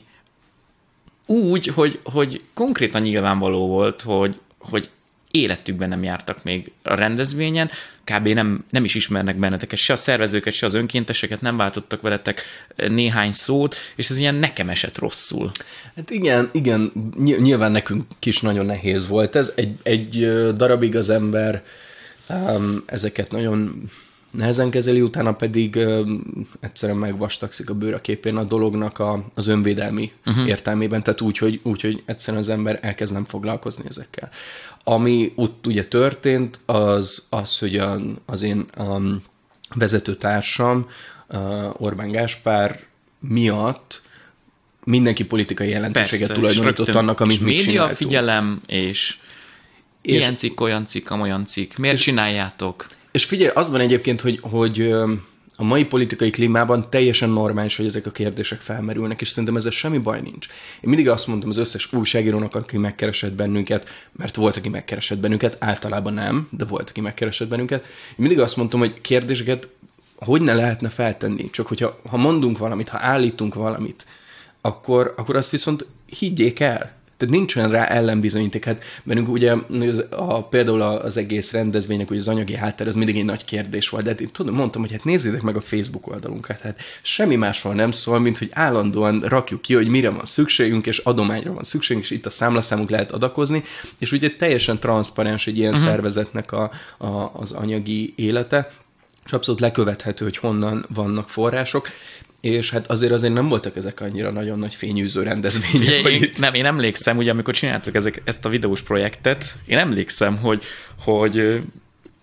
úgy, hogy konkrétan nyilvánvaló volt, hogy életükben nem jártak még a rendezvényen, kb. Nem is ismernek benneteket, se a szervezőket, se az önkénteseket, nem váltottak veletek néhány szót, és ez ilyen nekem esett rosszul. Hát igen, nyilván nekünk is nagyon nehéz volt ez. Egy darabig az ember ezeket nagyon nehezen kezeli, utána pedig egyszerűen megvastagszik a bőr a képén a dolognak az önvédelmi értelmében, tehát úgy, hogy egyszerűen az ember elkezd nem foglalkozni ezekkel. Ami ott ugye történt, az, hogy az én vezetőtársam, Orbán Gáspár miatt mindenki politikai jelentőséget tulajdonított annak, amit mi csináltunk. Média figyelem, és ilyen cikk, olyan cikk, amolyan cikk. Miért csináljátok? És figyelj, az van egyébként, hogy a mai politikai klímában teljesen normális, hogy ezek a kérdések felmerülnek, és szerintem ezzel semmi baj nincs. Én mindig azt mondtam az összes újságírónak, aki megkeresett bennünket, mert volt, aki megkeresett bennünket, általában nem, de volt, aki megkeresett bennünket. Én mindig azt mondtam, hogy kérdéseket hogy ne lehetne feltenni, csak hogyha mondunk valamit, ha állítunk valamit, akkor azt viszont higgyék el. Tehát nincs olyan rá ellenbizonyíték. Hát bennünk ugye például az egész rendezvénynek, hogy az anyagi háttér, az mindig egy nagy kérdés volt. De hát én mondtam, hogy hát nézzétek meg a Facebook oldalunkat. Hát semmi másról nem szól, mint hogy állandóan rakjuk ki, hogy mire van szükségünk, és adományra van szükségünk, és itt a számlaszámunk lehet adakozni. És ugye teljesen transzparens egy ilyen szervezetnek az anyagi élete, és abszolút lekövethető, hogy honnan vannak források. És hát azért nem voltak ezek annyira nagyon nagy fényűző rendezvények. Én emlékszem, ugye amikor csináltuk ezt a videós projektet, én emlékszem, hogy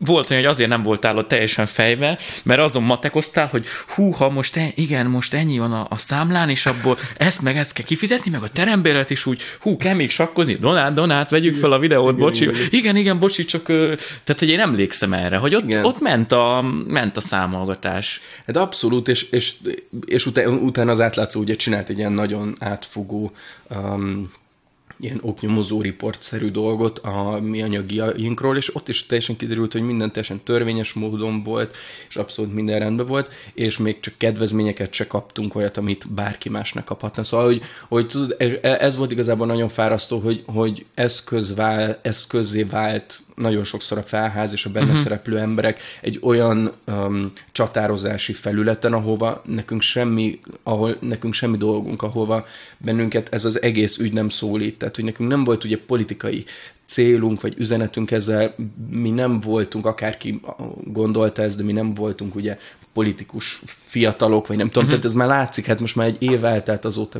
volt olyan, hogy azért nem voltál ott teljesen fejbe, mert azon matekoztál, hogy húha, most ennyi van a számlán, és abból ezt kell kifizetni, meg a terembélet is úgy, kell még sakkozni, Donát, vegyük fel a videót, bocsi. Igen, bocsi, csak tehát, hogy én emlékszem erre, hogy ott ment a számolgatás. Hát abszolút, és utána az átlátszó ugye csinált egy ilyen nagyon átfogó ilyen oknyomozó riportszerű dolgot a mi anyagiainkról, és ott is teljesen kiderült, hogy minden teljesen törvényes módon volt, és abszolút minden rendben volt, és még csak kedvezményeket se kaptunk, olyat, amit bárki másnak kaphatna. Szóval, hogy tudod, ez volt igazából nagyon fárasztó, hogy eszközzé vált nagyon sokszor a Felház és a benne szereplő emberek egy olyan csatározási felületen, ahol nekünk semmi dolgunk, ahova bennünket ez az egész ügy nem szólít. Tehát, hogy nekünk nem volt ugye politikai célunk, vagy üzenetünk ezzel, mi nem voltunk, akárki gondolta ezt, de mi nem voltunk ugye politikus fiatalok, vagy nem tudom, tehát ez már látszik, hát most már egy év eltelt azóta,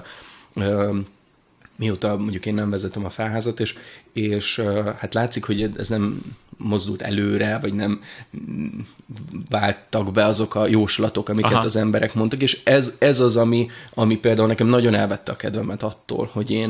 mióta mondjuk én nem vezetem a Felházat, és hát látszik, hogy ez nem mozdult előre, vagy nem váltak be azok a jóslatok, amiket az emberek mondtak, és ez az, ami például nekem nagyon elvette a kedvemet attól, hogy én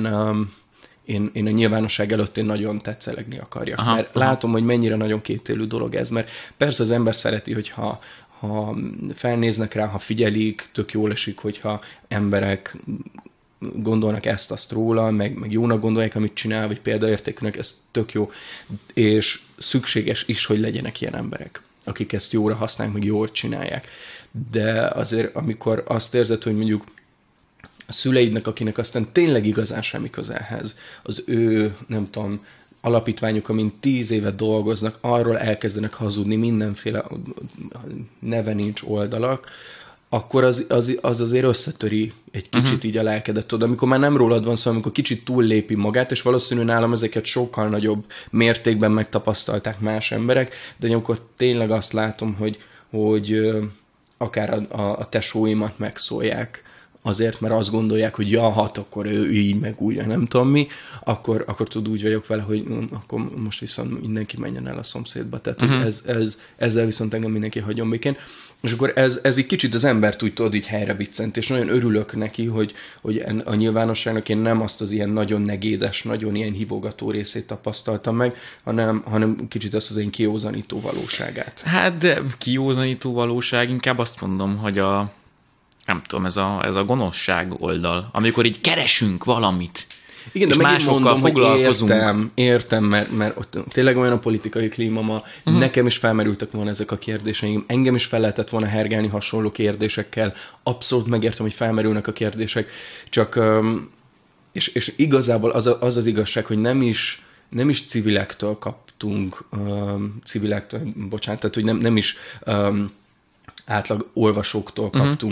a nyilvánosság előtt én nagyon tetszelegni akarjak. Mert látom, hogy mennyire nagyon kétélű dolog ez, mert persze az ember szereti, hogyha felnéznek rá, ha figyelik, tök jól esik, hogyha emberek gondolnak ezt-azt róla, meg jónak gondolják, amit csinál, vagy példaértékűnek, ez tök jó, és szükséges is, hogy legyenek ilyen emberek, akik ezt jóra használják, meg jól csinálják. De azért, amikor azt érzed, hogy mondjuk a szüleidnek, akinek aztán tényleg igazán semmi közelhez, az ő, nem tudom, alapítványok, amin 10 évet dolgoznak, arról elkezdenek hazudni mindenféle neve nincs oldalak, akkor az azért összetöri egy kicsit így a lelkedet, tudod, amikor már nem rólad van szó, amikor kicsit túllépi magát, és valószínűleg nálam ezeket sokkal nagyobb mértékben megtapasztalták más emberek, de amikor tényleg azt látom, hogy akár a tesóimat megszólják, azért, mert azt gondolják, hogy akkor ő így, meg úgy, nem tudom mi, akkor tud úgy vagyok vele, hogy akkor most viszont mindenki menjen el a szomszédba. Tehát, hogy ezzel viszont engem mindenki hagyjon békén. És akkor ez egy kicsit az embert úgy tudod így helyre viccent, és nagyon örülök neki, hogy a nyilvánosságnak én nem azt az ilyen nagyon negédes, nagyon ilyen hívogató részét tapasztaltam meg, hanem kicsit azt az én kiózanító valóságát. Hát de kiózanító valóság, inkább azt mondom, hogy nem tudom, ez a gonoszság oldal, amikor így keresünk valamit, igen, és de másokkal mondom, foglalkozunk. Értem, mert ott tényleg olyan a politikai klíma ma, nekem is felmerültek volna ezek a kérdéseim, engem is fel lehetett volna hergelni hasonló kérdésekkel, abszolút megértem, hogy felmerülnek a kérdések, csak, és igazából az igazság, hogy nem is civilektől kaptunk, tehát hogy nem is átlag olvasóktól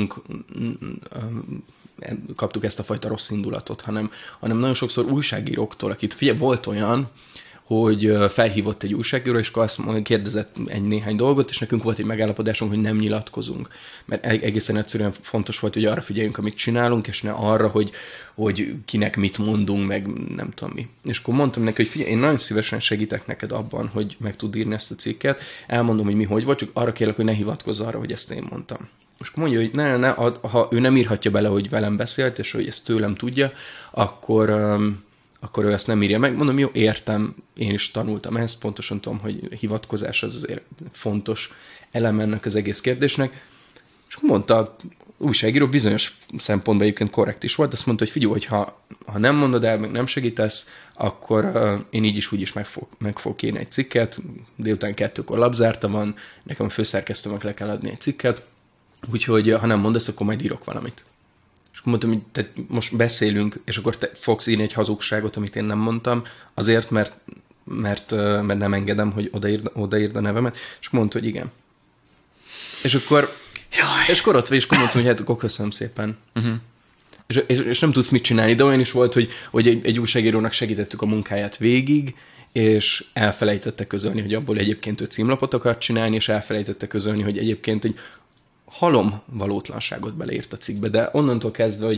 kaptuk ezt a fajta rossz indulatot, hanem nagyon sokszor újságíróktól, akit volt olyan, hogy felhívott egy újságíró, és akkor azt kérdezett néhány dolgot, és nekünk volt egy megállapodásunk, hogy nem nyilatkozunk. Mert egészen egyszerűen fontos volt, hogy arra figyeljünk, amit csinálunk, és ne arra, hogy kinek mit mondunk, meg nem tudom mi. És akkor mondtam neki, hogy figyelj, én nagyon szívesen segítek neked abban, hogy meg tud írni ezt a cikket, elmondom, hogy mi hogy volt, csak arra kérlek, hogy ne hivatkozz arra, hogy ezt én mondtam. És akkor mondja, hogy ne, ha ő nem írhatja bele, hogy velem beszélt, és hogy ezt tőlem tudja, akkor ő ezt nem írja meg. Mondom, jó, értem, én is tanultam ezt, pontosan tudom, hogy hivatkozás az azért fontos elem ennek az egész kérdésnek. És akkor mondta, újságíró bizonyos szempontban egyébként korrekt is volt, azt mondta, hogy figyelj, hogy ha nem mondod el, meg nem segítesz, akkor én így is úgy is meg fogok írni egy cikket, délután 2-kor labzárta van, nekem a főszerkesztőnek le kell adni egy cikket, úgyhogy ha nem mondasz, akkor majd írok valamit. És akkor mondtam, hogy te most beszélünk, és akkor te fogsz írni egy hazugságot, amit én nem mondtam, azért, mert nem engedem, hogy odaírd a nevemet, és akkor mondta, hogy igen. És akkor ott vagy, és akkor mondtam, hogy hát akkor köszönöm szépen. És nem tudsz mit csinálni, de olyan is volt, hogy egy újságírónak segítettük a munkáját végig, és elfelejtette közölni, hogy abból egyébként ő címlapot akart csinálni, és elfelejtette közölni, hogy egyébként egy halom valótlanságot beleírt a cikkbe, de onnantól kezdve,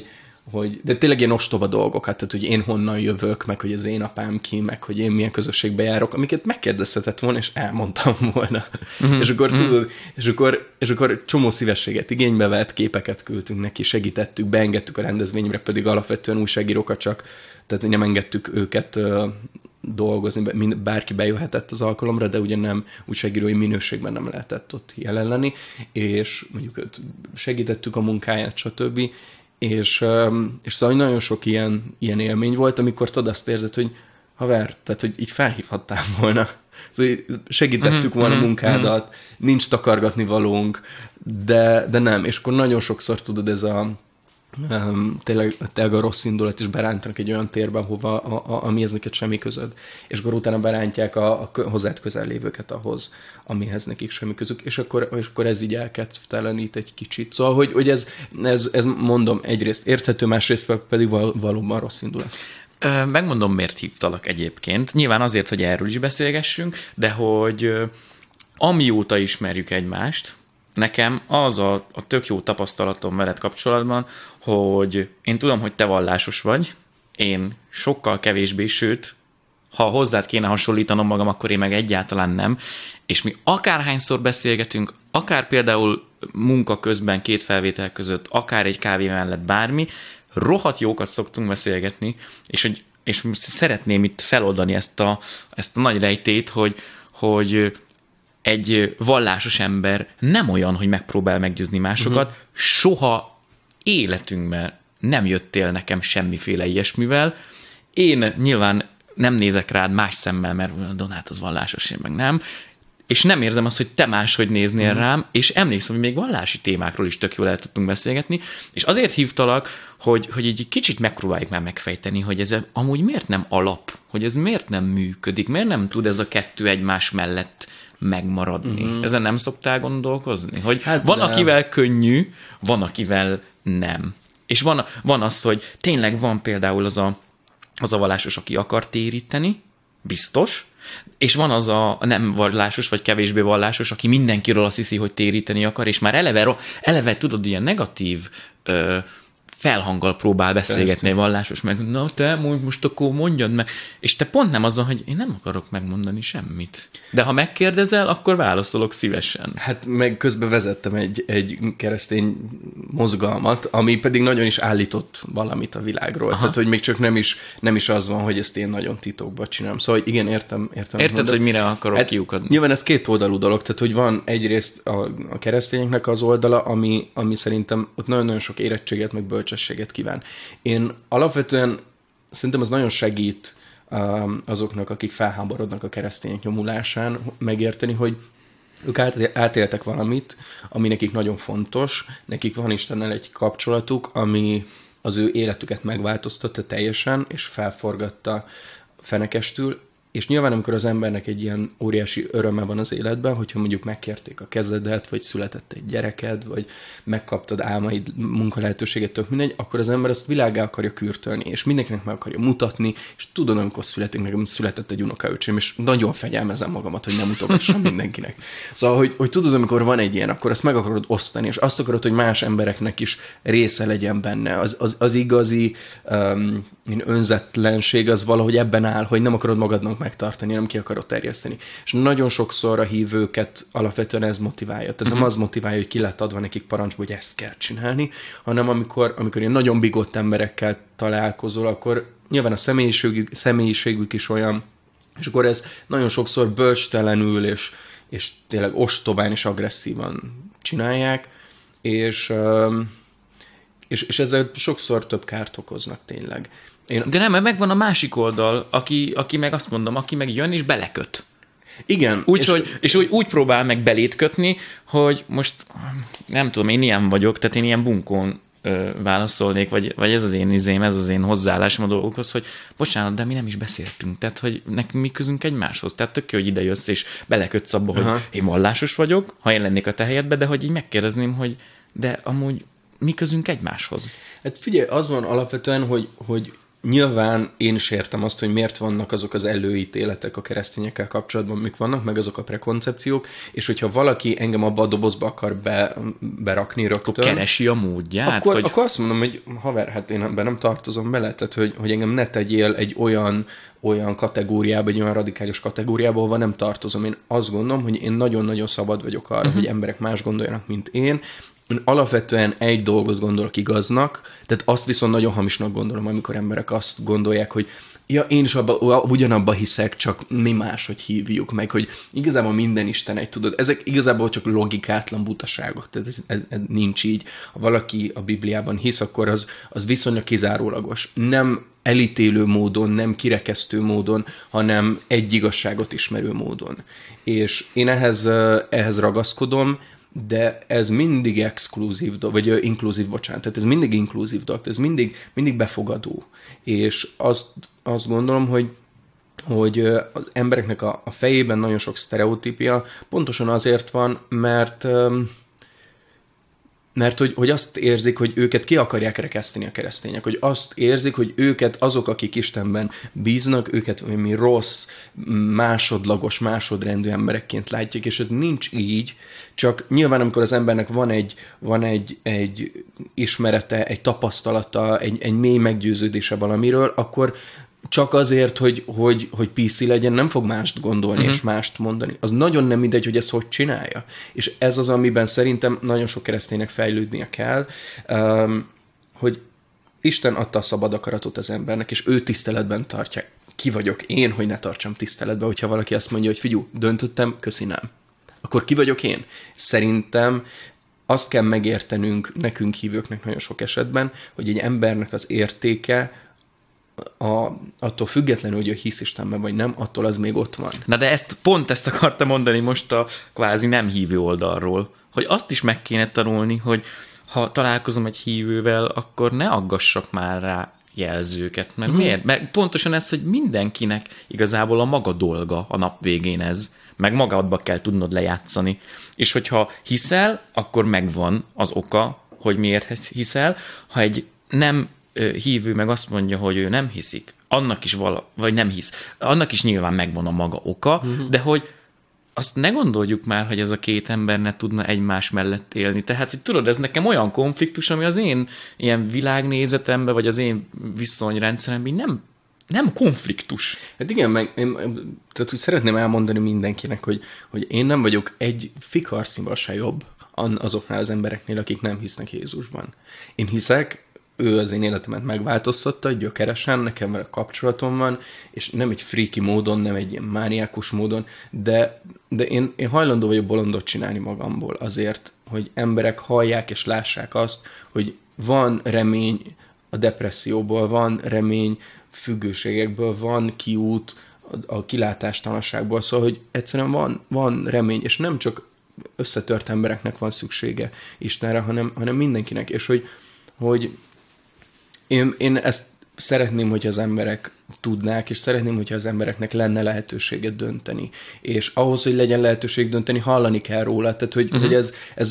de tényleg ilyen ostoba dolgokat, tehát hogy én honnan jövök, meg hogy az én apám ki, meg hogy én milyen közösségbe járok, amiket megkérdezhetett volna, és elmondtam volna. És akkor tudod, és akkor csomó szívességet igénybe vett, képeket küldtünk neki, segítettük, beengedtük a rendezvényre, pedig alapvetően újságírókat csak, tehát nem engedtük őket dolgozni, bárki bejöhetett az alkalomra, de ugye nem újságírói minőségben nem lehetett ott jelen lenni, és mondjuk segítettük a munkáját, stb. És szóval nagyon sok ilyen élmény volt, amikor tudod azt érzed, hogy haver, tehát hogy így felhívhattál volna. Szóval segítettük volna a munkádat, nincs takargatni valónk, de nem. És akkor nagyon sokszor tudod, ez tényleg a rossz indulat is berántanak egy olyan térben, hova, amihez neked semmi közöd. És akkor utána berántják a hozzád közel lévőket ahhoz, amihez nekik semmi közük. És akkor ez így elkedvtelenít egy kicsit. Szóval, hogy ez mondom, egyrészt érthető, másrészt pedig valóban rossz indulat. Megmondom, miért hívtalak egyébként. Nyilván azért, hogy erről is beszélgessünk, de hogy amióta ismerjük egymást, nekem az a tök jó tapasztalatom veled kapcsolatban, hogy én tudom, hogy te vallásos vagy, én sokkal kevésbé, sőt, ha hozzád kéne hasonlítanom magam, akkor én meg egyáltalán nem, és mi akárhányszor beszélgetünk, akár például munka közben, két felvétel között, akár egy kávé mellett bármi, rohadt jókat szoktunk beszélgetni, és szeretném itt feloldani ezt a nagy rejtét, hogy egy vallásos ember nem olyan, hogy megpróbál meggyőzni másokat, soha életünkben nem jöttél nekem semmiféle ilyesmivel. Én nyilván nem nézek rád más szemmel, mert Donát az vallásos, én meg nem, és nem érzem azt, hogy te máshogy néznél rám, és emlékszem, hogy még vallási témákról is tök jól el tudtunk beszélgetni, és azért hívtalak, hogy így kicsit megpróbáljuk már megfejteni, hogy ez amúgy miért nem alap, hogy ez miért nem működik, miért nem tud ez a kettő egymás mellett megmaradni. Ezen nem szoktál gondolkozni? Hogy van, akivel könnyű, van, akivel nem. És van az, hogy tényleg van például az a vallásos, aki akar téríteni, biztos, és van az a nem vallásos, vagy kevésbé vallásos, aki mindenkiről azt hiszi, hogy téríteni akar, és már eleve tudod, ilyen negatív felhanggal próbál beszélgetni egy vallásos, meg na te most akkor mondjad meg, és te pont nem az van, hogy én nem akarok megmondani semmit. De ha megkérdezel, akkor válaszolok szívesen. Hát meg közben vezettem egy keresztény mozgalmat, ami pedig nagyon is állított valamit a világról. Aha. Tehát, hogy még csak nem is az van, hogy ezt én nagyon titokban csinálom. Szóval igen, értem. Érted, hogy mire akarok kiukadni? Nyilván ez két oldalú dolog, tehát hogy van egyrészt a keresztényeknek az oldala, ami szerintem ott nagyon-nagyon sok érettséget, meg bölcsességet kíván. Én alapvetően szerintem az nagyon segít azoknak, akik felháborodnak a keresztények nyomulásán, megérteni, hogy ők átéltek valamit, ami nekik nagyon fontos, nekik van Istennel egy kapcsolatuk, ami az ő életüket megváltoztatta teljesen, és felforgatta fenekestül, és nyilván, amikor az embernek egy ilyen óriási öröme van az életben, hogyha mondjuk megkérték a kezedet, vagy született egy gyereked, vagy megkaptad álmaid, munkalehetőséget, tök mindegy, akkor az ember ezt világgá akarja kürtölni, és mindenkinek meg akarja mutatni, és tudod, amikor születik, nekem született egy unokaöcsém, és nagyon fegyelmezem magamat, hogy nem mutogassam mindenkinek. Szóval, hogy tudod, amikor van egy ilyen, akkor ezt meg akarod osztani, és azt akarod, hogy más embereknek is része legyen benne. Az igazi önzetlenség az valahogy ebben áll, hogy nem akarod magadnak megtartani, nem ki akarod terjeszteni. És nagyon sokszor a hívőket alapvetően ez motiválja. Tehát nem az motiválja, hogy ki lett adva nekik parancsba, hogy ezt kell csinálni, hanem amikor ilyen nagyon bigott emberekkel találkozol, akkor nyilván a személyiségük is olyan, és akkor ez nagyon sokszor bölcstelenül és tényleg ostobán és agresszívan csinálják, és ezzel sokszor több kárt okoznak tényleg. De nem, mert megvan a másik oldal, aki meg azt mondom, aki meg jön és beleköt. Igen. És úgy próbál meg belét kötni, hogy most nem tudom, én ilyen vagyok, tehát én ilyen bunkón válaszolnék, vagy ez az én izém, ez az én hozzáállásom a dolgokhoz, hogy bocsánat, de mi nem is beszéltünk, tehát hogy nekünk mi közünk egymáshoz, tehát tök jó, hogy ide jössz és belekötsz abba, hogy én vallásos vagyok, ha én lennék a te helyedbe, de hogy így megkérdezném, hogy de amúgy mi közünk egymáshoz. Hát figyelj, az van alapvetően, hogy nyilván én is értem azt, hogy miért vannak azok az előítéletek a keresztényekkel kapcsolatban, mik vannak, meg azok a prekoncepciók, és hogyha valaki engem abba a dobozba akar berakni rögtön... Akkor keresi a módját? Akkor azt mondom, hogy haver, hát én ebben nem tartozom bele, tehát hogy engem ne tegyél egy olyan kategóriába, egy olyan radikális kategóriába, ahova nem tartozom. Én azt gondolom, hogy én nagyon-nagyon szabad vagyok arra, hogy emberek más gondoljanak, mint én. Én alapvetően egy dolgot gondolok igaznak, tehát azt viszont nagyon hamisnak gondolom, amikor emberek azt gondolják, hogy ja, én is ugyanabba hiszek, csak mi máshogy hívjuk meg, hogy igazából minden Isten egy, tudod, ezek igazából csak logikátlan butaságok, tehát ez nincs így. Ha valaki a Bibliában hisz, akkor az viszonylag kizárólagos. Nem elítélő módon, nem kirekesztő módon, hanem egy igazságot ismerő módon. És én ehhez ragaszkodom, de ez mindig exkluzív dolog, vagy inkluzív, bocsánat, tehát ez mindig inkluzív dolog, ez mindig befogadó. És azt gondolom, hogy az embereknek a fejében nagyon sok sztereotípia pontosan azért van, mert hogy azt érzik, hogy őket ki akarják rekeszteni a keresztények, hogy azt érzik, hogy őket azok, akik Istenben bíznak, őket mi rossz, másodlagos, másodrendű emberekként látják, és ez nincs így, csak nyilván amikor az embernek van egy ismerete, egy tapasztalata, egy mély meggyőződése valamiről, akkor csak azért, hogy PC legyen, nem fog mást gondolni és mást mondani. Az nagyon nem mindegy, hogy ezt hogy csinálja. És ez az, amiben szerintem nagyon sok kereszténynek fejlődnie kell, hogy Isten adta a szabad akaratot az embernek, és ő tiszteletben tartja. Ki vagyok én, hogy ne tartsam tiszteletben, hogyha valaki azt mondja, hogy figyú, döntöttem, köszi, nem. Akkor ki vagyok én? Szerintem azt kell megértenünk nekünk hívőknek nagyon sok esetben, hogy egy embernek az értéke attól függetlenül, hogy ő hisz Istenben vagy nem, attól az még ott van. Na de pont ezt akartam mondani most a kvázi nem hívő oldalról, hogy azt is meg kéne tanulni, hogy ha találkozom egy hívővel, akkor ne aggassak már rá jelzőket. Mert miért? Mert pontosan ez, hogy mindenkinek igazából a maga dolga a nap végén ez, meg magadba kell tudnod lejátszani. És hogyha hiszel, akkor megvan az oka, hogy miért hiszel. Ha egy nem hívő meg azt mondja, hogy ő nem hiszik, annak is vagy nem hisz, annak is nyilván megvan a maga oka, de hogy azt ne gondoljuk már, hogy ez a két ember ne tudna egymás mellett élni. Tehát, hogy tudod, ez nekem olyan konfliktus, ami az én ilyen világnézetemben, vagy az én viszonyrendszeremben nem konfliktus. Hát igen, tehát hogy szeretném elmondani mindenkinek, hogy én nem vagyok egy fikarsznyval se jobb azoknál az embereknél, akik nem hisznek Jézusban. Én hiszek, ő az én életemet megváltoztatta, gyökeresen, nekem vele kapcsolatom van, és nem egy freaky módon, nem egy ilyen mániákus módon, de én hajlandó vagyok bolondot csinálni magamból azért, hogy emberek hallják és lássák azt, hogy van remény a depresszióból, van remény függőségekből, van kiút a kilátástalanságból, szóval, hogy egyszerűen van remény, és nem csak összetört embereknek van szüksége Istenre, hanem mindenkinek, és hogy én ezt szeretném, hogy az emberek tudnák, és szeretném, hogyha az embereknek lenne lehetőséget dönteni. És ahhoz, hogy legyen lehetőség dönteni, hallani kell róla. Tehát, hogy ez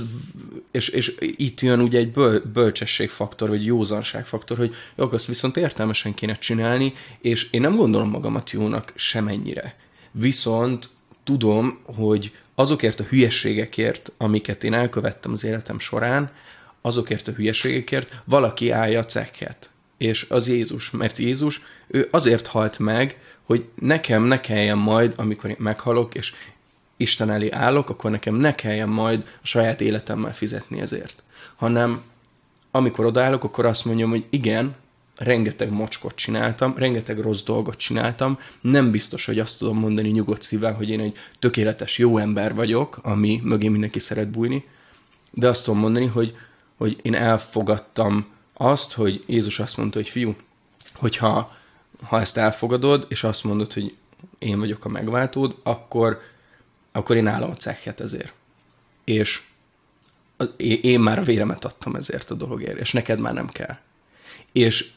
és itt jön ugye egy bölcsességfaktor, vagy józanságfaktor, hogy jó, azt viszont értelmesen kéne csinálni, és én nem gondolom magamat jónak semennyire. Viszont tudom, hogy azokért a hülyeségekért, amiket én elkövettem az életem során, azokért a hülyeségekért valaki állja a cekket. És az Jézus. Mert Jézus, ő azért halt meg, hogy nekem ne kelljen majd, amikor én meghalok, és Isten elé állok, akkor nekem ne kelljen majd a saját életemmel fizetni ezért. Hanem amikor odaállok, akkor azt mondjam, hogy igen, rengeteg mocskot csináltam, rengeteg rossz dolgot csináltam, nem biztos, hogy azt tudom mondani nyugodt szívvel, hogy én egy tökéletes jó ember vagyok, ami mögé mindenki szeret bújni, de azt tudom mondani, hogy én elfogadtam azt, hogy Jézus azt mondta, hogy fiú, hogyha ezt elfogadod, és azt mondod, hogy én vagyok a megváltód, akkor én állom a cekket ezért. És én már a véremet adtam ezért a dologért, és neked már nem kell. És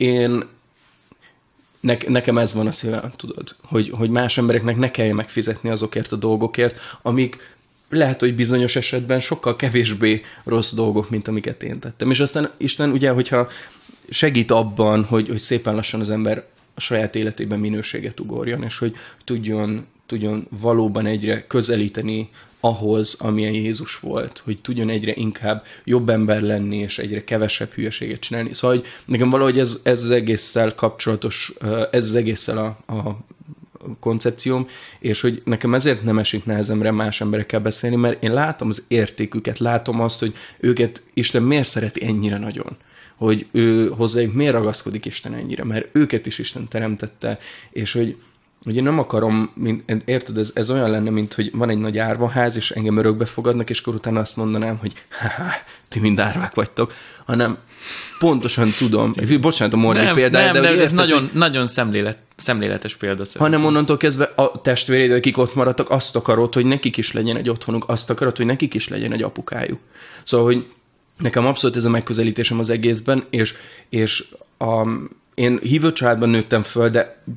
nekem ez van a szívem, tudod, hogy más embereknek ne kelljen megfizetni azokért a dolgokért, amik lehet, hogy bizonyos esetben sokkal kevésbé rossz dolgok, mint amiket én tettem. És aztán Isten ugye, hogyha segít abban, hogy szépen lassan az ember a saját életében minőséget ugorjon, és hogy tudjon valóban egyre közelíteni ahhoz, amilyen Jézus volt, hogy tudjon egyre inkább jobb ember lenni, és egyre kevesebb hülyeséget csinálni. Szóval, hogy nekem valahogy ez az egésszel kapcsolatos, ez az egésszel a koncepcióm, és hogy nekem ezért nem esik nehezemre más emberekkel beszélni, mert én látom az értéküket, látom azt, hogy őket Isten miért szereti ennyire nagyon, hogy ő hozzájuk miért ragaszkodik Isten ennyire, mert őket is Isten teremtette, és hogy én nem akarom, érted, ez olyan lenne, mint hogy van egy nagy árvaház, és engem örökbe fogadnak, és akkor utána azt mondanám, hogy ti mind árvák vagytok, hanem pontosan tudom, bocsánat a morbid példája, de ez nagyon szemléletes példa szerintem. Hanem onnantól kezdve a testvéreid, akik ott maradtak, azt akarod, hogy nekik is legyen egy otthonuk, azt akarod, hogy nekik is legyen egy apukájuk. Szóval, hogy nekem abszolút ez a megközelítésem az egészben, és én hívő családban nőttem föl,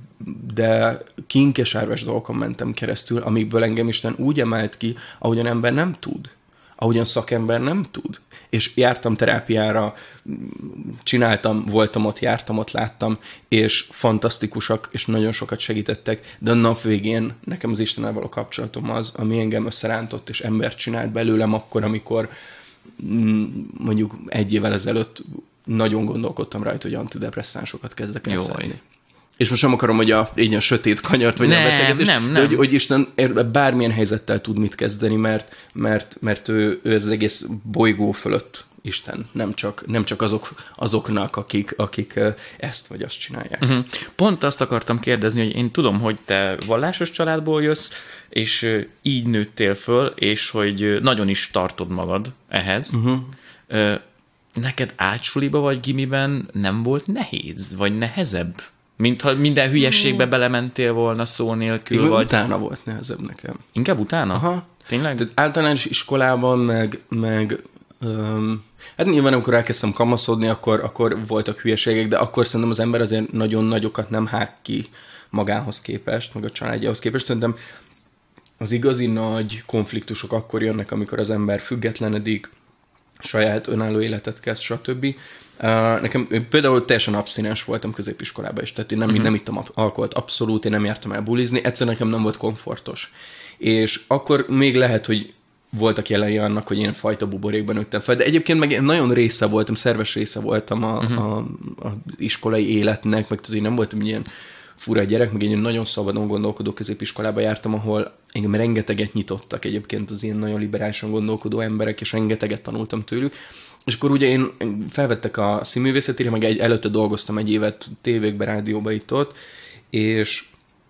de kinkesárves dolgokon mentem keresztül, amikből engem Isten úgy emelt ki, ahogyan ember nem tud. Ahogyan szakember nem tud. És jártam terápiára, voltam ott, jártam ott, láttam, és fantasztikusak, és nagyon sokat segítettek, de a nap végén nekem az Istennel való kapcsolatom az, ami engem összerántott, és embert csinált belőlem akkor, amikor mondjuk 1 évvel ezelőtt nagyon gondolkodtam rajta, hogy antidepresszánsokat kezdek el szedni. És most nem akarom, hogy így a sötét kanyart, vagy a beszélgetés, de hogy Isten bármilyen helyzettel tud mit kezdeni, mert ő az egész bolygó fölött Isten, nem csak azoknak, akik ezt vagy azt csinálják. Uh-huh. Pont azt akartam kérdezni, hogy én tudom, hogy te vallásos családból jössz, és így nőttél föl, és hogy nagyon is tartod magad ehhez. Uh-huh. Neked áltsuliba vagy gimiben nem volt nehéz, vagy nehezebb? Mintha minden hülyességbe belementél volna szó nélkül, vagy... Utána volt nehezebb nekem. Inkább utána? Aha. Tényleg? Tehát általános iskolában, meg hát nyilván amikor elkezdtem kamaszodni, akkor voltak hülyeségek, de akkor szerintem az ember azért nagyon nagyokat nem hág ki magához képest, meg a családjához képest. Szerintem az igazi nagy konfliktusok akkor jönnek, amikor az ember függetlenedik, saját önálló életet kezd, stb. Nekem például teljesen abszinens voltam középiskolában is, tehát én nem ittam alkoholt abszolút, én nem jártam el bulizni, egyszerűen nekem nem volt komfortos. És akkor még lehet, hogy voltak jelei annak, hogy én fajta buborékban nőttem fel, de egyébként meg én nagyon szerves része voltam a iskolai életnek, meg tudod, én nem voltam ilyen fura gyerek, meg én nagyon szabadon gondolkodó középiskolába jártam, ahol engem rengeteget nyitottak egyébként az ilyen nagyon liberálisan gondolkodó emberek, és rengeteget tanultam tőlük. És akkor ugye én felvettek a színművészetére, meg előtte dolgoztam 1 évet tévékben, rádióban itt-ott, és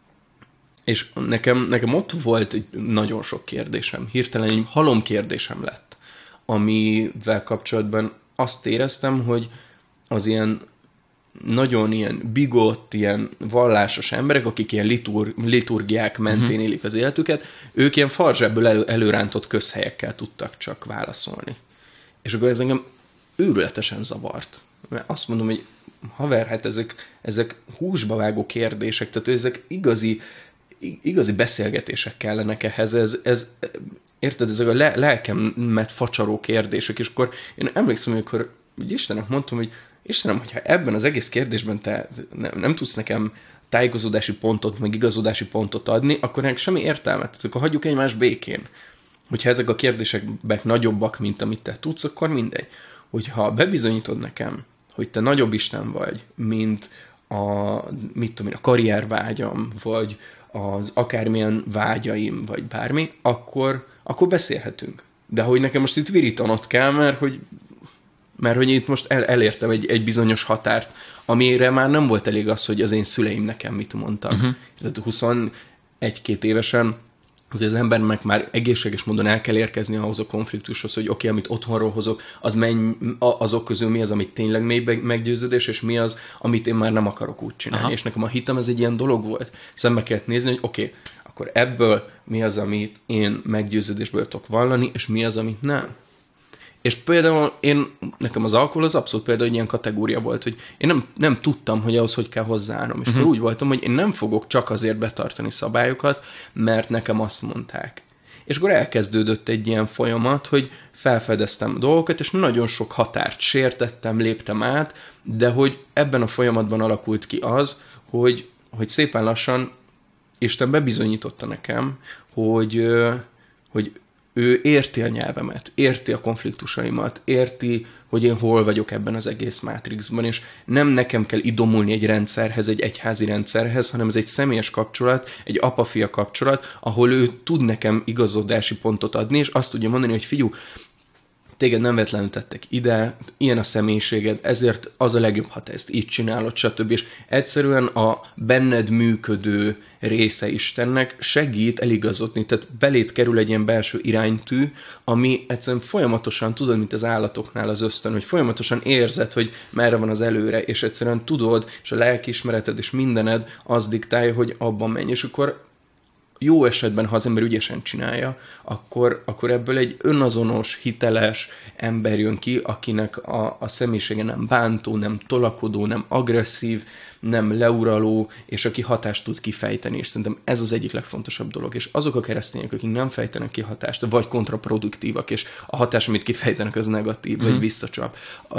nekem ott volt nagyon sok kérdésem. Hirtelen egy halom kérdésem lett, amivel kapcsolatban azt éreztem, hogy az ilyen nagyon ilyen bigott, ilyen vallásos emberek, akik ilyen liturgiák mentén élik az életüket, ők ilyen farzsából előrántott közhelyekkel tudtak csak válaszolni. És akkor ez engem őrületesen zavart. Mert azt mondom, hogy haver, hát ezek húsba vágó kérdések, tehát ezek igazi beszélgetések kellenek ehhez. Érted, ezek a lelkemet facsaró kérdések, és akkor én emlékszem, amikor Istennek mondtam, hogy Istenem, hogyha ebben az egész kérdésben te nem tudsz nekem tájékozódási pontot, meg igazodási pontot adni, akkor ennek semmi értelme. Tehát akkor hagyjuk egymást békén. Hogyha ezek a kérdések nagyobbak, mint amit te tudsz, akkor mindegy. Hogyha bebizonyítod nekem, hogy te nagyobb Isten vagy, mint a karriervágyam, vagy az akármilyen vágyaim, vagy bármi, akkor beszélhetünk. De hogy nekem most itt virítanod kell, mert hogy itt most elértem egy bizonyos határt, amire már nem volt elég az, hogy az én szüleim nekem mit mondtak. Tehát 21-2 évesen azért az embernek már egészséges módon el kell érkezni ahhoz a konfliktushoz, hogy oké, amit otthonról hozok, azok közül mi az, amit tényleg mély meggyőződés, és mi az, amit én már nem akarok úgy csinálni. Aha. És nekem a hitem ez egy ilyen dolog volt. Szembe kellett nézni, hogy oké, akkor ebből mi az, amit én meggyőződésből tudok vallani, és mi az, amit nem. És például nekem az alkohol az abszolút például egy ilyen kategória volt, hogy én nem tudtam, hogy ahhoz hogy kell hozzáállnom. És akkor úgy voltam, hogy én nem fogok csak azért betartani szabályokat, mert nekem azt mondták. És akkor elkezdődött egy ilyen folyamat, hogy felfedeztem dolgokat, és nagyon sok határt sértettem, léptem át, de hogy ebben a folyamatban alakult ki az, hogy szépen lassan Isten bebizonyította nekem, hogy ő érti a nyelvemet, érti a konfliktusaimat, érti, hogy én hol vagyok ebben az egész mátrixban, és nem nekem kell idomulni egy rendszerhez, egy egyházi rendszerhez, hanem ez egy személyes kapcsolat, egy apa-fia kapcsolat, ahol ő tud nekem igazodási pontot adni, és azt tudja mondani, hogy figyú, téged nem véletlenül tettek ide, ilyen a személyiséged, ezért az a legjobb, ha te ezt így csinálod, stb. És egyszerűen a benned működő része Istennek segít eligazodni, tehát belét kerül egy ilyen belső iránytű, ami egyszerűen folyamatosan, tudod, mint az állatoknál az ösztön, hogy folyamatosan érzed, hogy merre van az előre, és egyszerűen tudod, és a lelkiismereted és mindened az diktálja, hogy abban menj, és akkor jó esetben, ha az ember ügyesen csinálja, akkor ebből egy önazonos, hiteles ember jön ki, akinek a személyisége nem bántó, nem tolakodó, nem agresszív, nem leuraló, és aki hatást tud kifejteni, és szerintem ez az egyik legfontosabb dolog. És azok a keresztények, akik nem fejtenek ki hatást, vagy kontraproduktívak, és a hatás, amit kifejtenek, az negatív, vagy visszacsap,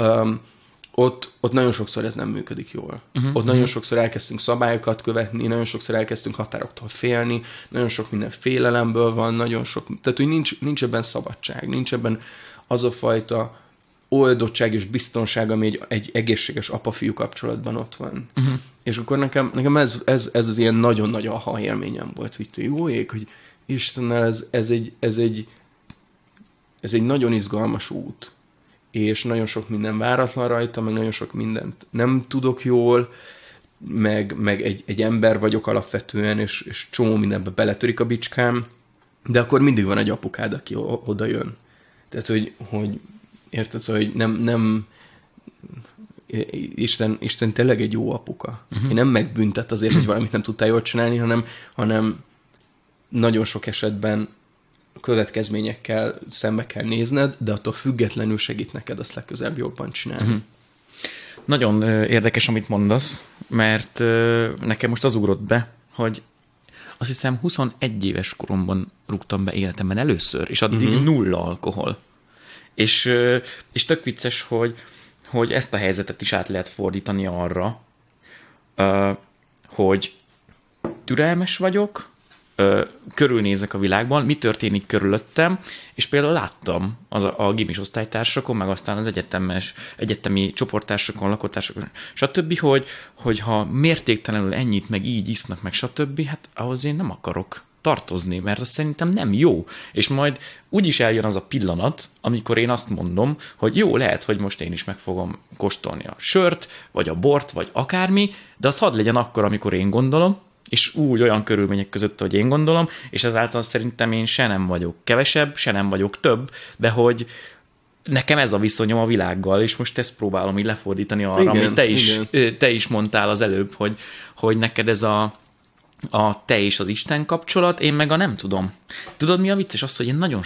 ott nagyon sokszor ez nem működik jól. Ott nagyon sokszor elkezdtünk szabályokat követni, nagyon sokszor elkezdtünk határoktól félni, nagyon sok minden félelemből van, nagyon sok, tehát hogy nincs ebben szabadság, nincs ebben az a fajta oldottság és biztonság, ami egy egészséges apa-fiú kapcsolatban ott van. És akkor nekem ez az ilyen nagyon nagy aha élményem volt, hogy jó ég, hogy Istennel ez egy nagyon izgalmas út, és nagyon sok minden váratlan rajta, meg nagyon sok mindent nem tudok jól, meg egy ember vagyok alapvetően, és csomó mindenbe beletörik a bicskám, de akkor mindig van egy apukád, aki oda jön. Tehát, hogy érted, szóval, hogy nem Isten tényleg egy jó apuka. Én nem megbüntet azért, hogy valamit nem tudtál jól csinálni, hanem nagyon sok esetben következményekkel szembe kell nézned, de attól függetlenül segít neked azt legközelebb jobban csinálni. Nagyon érdekes, amit mondasz, mert nekem most az ugrott be, hogy azt hiszem 21 éves koromban rúgtam be életemben először, és addig nulla alkohol. És tök vicces, hogy ezt a helyzetet is át lehet fordítani arra, hogy türelmes vagyok, körülnézek a világban, mi történik körülöttem, és például láttam a gimis osztálytársakon, meg aztán az egyetemi csoporttársakon, lakótársakon, stb., hogy ha mértéktelenül ennyit, meg így isznak, meg stb., hát ahhoz én nem akarok tartozni, mert az szerintem nem jó. És majd úgyis eljön az a pillanat, amikor én azt mondom, hogy jó, lehet, hogy most én is meg fogom kóstolni a sört, vagy a bort, vagy akármi, de az hadd legyen akkor, amikor én gondolom, és úgy olyan körülmények között, hogy én gondolom, és ezáltal szerintem én se nem vagyok kevesebb, se nem vagyok több, de hogy nekem ez a viszonyom a világgal, és most ezt próbálom így lefordítani arra, amit te is mondtál az előbb, hogy neked ez a te és az Isten kapcsolat, én meg a nem tudom. Tudod, mi a vicces? Az, hogy én nagyon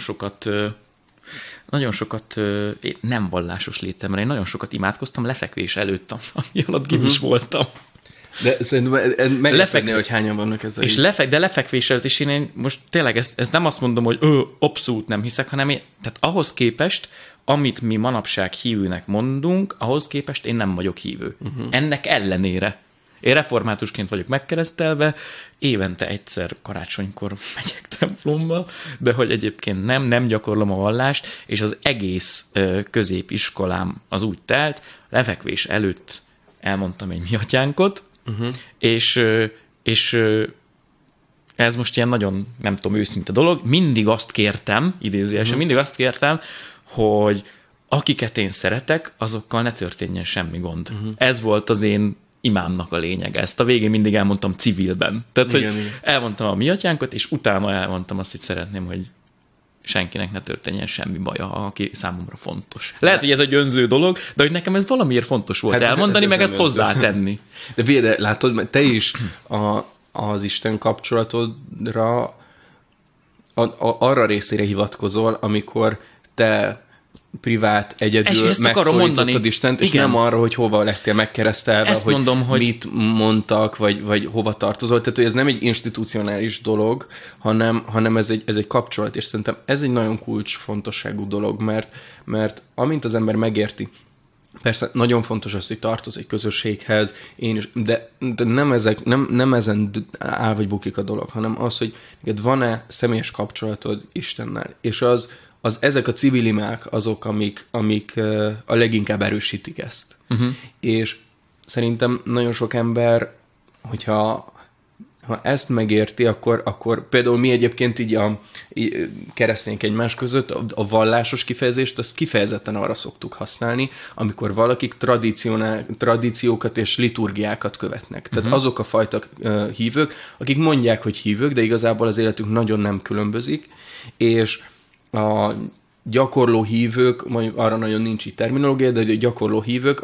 sokat nem vallásos létemre, én nagyon sokat imádkoztam lefekvés előtt, ami alatt gimis voltam. De szerintem meglepődnél, hogy hányan vannak ezzel. És de lefekvés előtt, és én most tényleg ezt nem azt mondom, hogy abszolút nem hiszek, hanem tehát ahhoz képest, amit mi manapság hívőnek mondunk, ahhoz képest én nem vagyok hívő. Ennek ellenére. Én reformátusként vagyok megkeresztelve, évente egyszer karácsonykor megyek templomba, de hogy egyébként nem gyakorlom a vallást, és az egész középiskolám az úgy telt, lefekvés előtt elmondtam egy mi atyánkot, és ez most ilyen nagyon, nem tudom, őszinte dolog, mindig azt kértem, idézőjelesen, mindig azt kértem, hogy akiket én szeretek, azokkal ne történjen semmi gond. Ez volt az én imámnak a lényege. Ezt a végén mindig elmondtam civilben. Tehát, igen. Elmondtam a mi atyánkot, és utána elmondtam azt, hogy szeretném, hogy senkinek ne történjen semmi baja, aki számomra fontos. Lehet, hogy ez egy önző dolog, de hogy nekem ez valamiért fontos volt elmondani, meg ezt hozzátenni. De látod, te is az Isten kapcsolatodra arra részére hivatkozol, amikor te privát, egyedül megszólítottad Istent, és nem arra, hogy hova lettél megkeresztelve, hogy mondom, mit mondtak, vagy hova tartozol. Tehát, hogy ez nem egy institucionális dolog, hanem ez egy kapcsolat, és szerintem ez egy nagyon kulcsfontosságú dolog, mert amint az ember megérti, persze nagyon fontos az, hogy tartoz egy közösséghez, én is, de nem ezen áll vagy bukik a dolog, hanem az, hogy neked van-e személyes kapcsolatod Istennel, és ezek a civilimák azok, amik a leginkább erősítik ezt. Uh-huh. És szerintem nagyon sok ember, hogyha ezt megérti, akkor például mi egyébként így keresztények egymás között a vallásos kifejezést, azt kifejezetten arra szoktuk használni, amikor valakik tradíciókat és liturgiákat követnek. Tehát azok a fajta hívők, akik mondják, hogy hívők, de igazából az életük nagyon nem különbözik, és a gyakorló hívők, mondjuk arra nagyon nincs így terminológia, de a gyakorló hívők,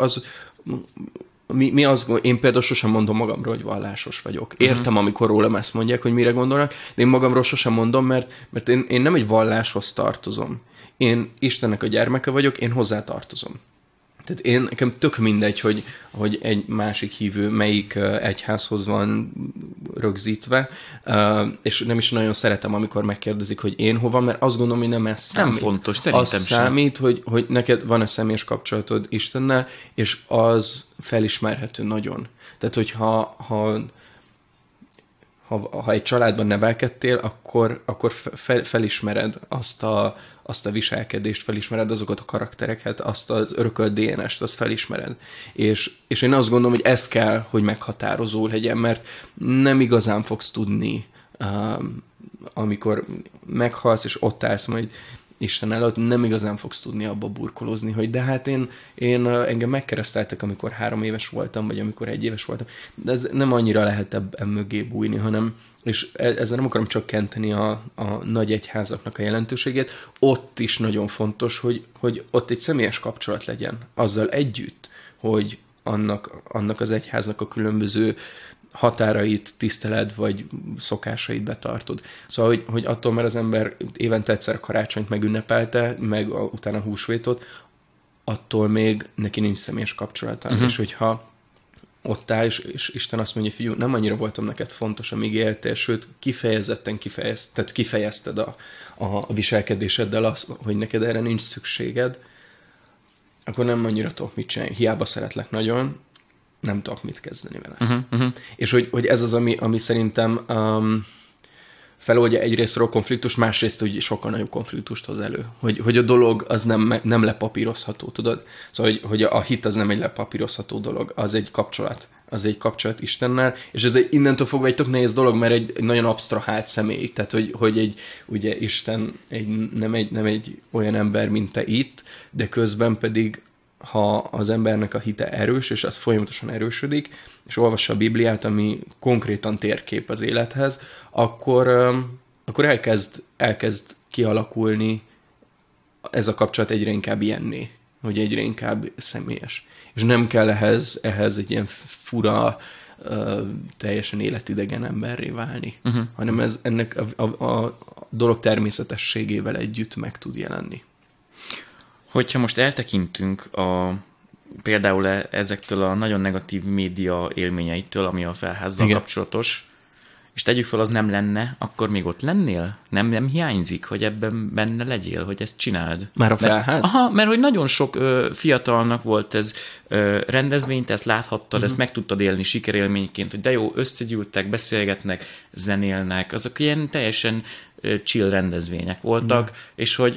én például sosem mondom magamról, hogy vallásos vagyok. Értem, amikor rólam ezt mondják, hogy mire gondolnak, de én magamról sosem mondom, mert én nem egy valláshoz tartozom. Én Istennek a gyermeke vagyok, én hozzá tartozom. Tehát nekem tök mindegy, hogy egy másik hívő melyik egyházhoz van rögzítve, és nem is nagyon szeretem, amikor megkérdezik, hogy én hova, mert azt gondolom, hogy nem ez számít. Nem fontos, szerintem az számít, hogy neked van-e személyes kapcsolatod Istennel, és az felismerhető nagyon. Tehát, hogyha egy családban nevelkedtél, akkor felismered azt a viselkedést, felismered azokat a karaktereket, azt az örökölt DNS-t, azt felismered. És én azt gondolom, hogy ez kell, hogy meghatározó legyen, mert nem igazán fogsz tudni, amikor meghalsz, és ott állsz majd Isten előtt, nem igazán fogsz tudni abba burkolózni, hogy de hát én engem megkereszteltek, amikor 3 éves voltam, vagy amikor 1 éves voltam, de ez nem annyira lehet mögé bújni, hanem, és ezzel nem akarom csökkenteni a nagy egyházaknak a jelentőségét, ott is nagyon fontos, hogy ott egy személyes kapcsolat legyen, azzal együtt, hogy annak az egyháznak a különböző határait tiszteled, vagy szokásait betartod. Szóval, hogy attól, mert az ember évente egyszer karácsonyt megünnepelte, meg utána húsvétot, attól még neki nincs személyes kapcsolata. Uh-huh. És hogyha ott áll, és Isten azt mondja, figyelj, nem annyira voltam neked fontos, amíg éltél, sőt, kifejezetten kifejezted a viselkedéseddel azt, hogy neked erre nincs szükséged, akkor nem annyira tudok mit csinálni. Hiába szeretlek nagyon, nem tudok mit kezdeni vele. Uh-huh, uh-huh. És hogy ez az, ami szerintem feloldja egyrésztről a konfliktust, másrészt úgy sokkal nagyobb konfliktust hoz elő. Hogy a dolog az nem lepapírozható, tudod? Szóval, hogy a hit az nem egy lepapírozható dolog, az egy kapcsolat. Az egy kapcsolat Istennel, és ez innentől fogva egy tök nehéz dolog, mert egy nagyon absztrahált személy. Tehát, hogy ugye Isten nem egy olyan ember, mint te itt, de közben pedig ha az embernek a hite erős, és az folyamatosan erősödik, és olvassa a Bibliát, ami konkrétan térkép az élethez, akkor elkezd kialakulni ez a kapcsolat egyre inkább ilyenné, hogy egyre inkább személyes. És nem kell ehhez egy ilyen fura, teljesen életidegen emberré válni, hanem ennek a dolog természetességével együtt meg tud jelenni. Hogyha most eltekintünk például ezektől a nagyon negatív média élményeitől, ami a felházzal kapcsolatos, és tegyük fel, az nem lenne, akkor még ott lennél? Nem hiányzik, hogy ebben benne legyél, hogy ezt csináld? Már a felház? Mert hogy nagyon sok fiatalnak volt ez rendezvény, te ezt láthattad, ezt meg tudtad élni sikerélményként, hogy de jó, összegyűltek, beszélgetnek, zenélnek, azok ilyen teljesen chill rendezvények voltak, és hogy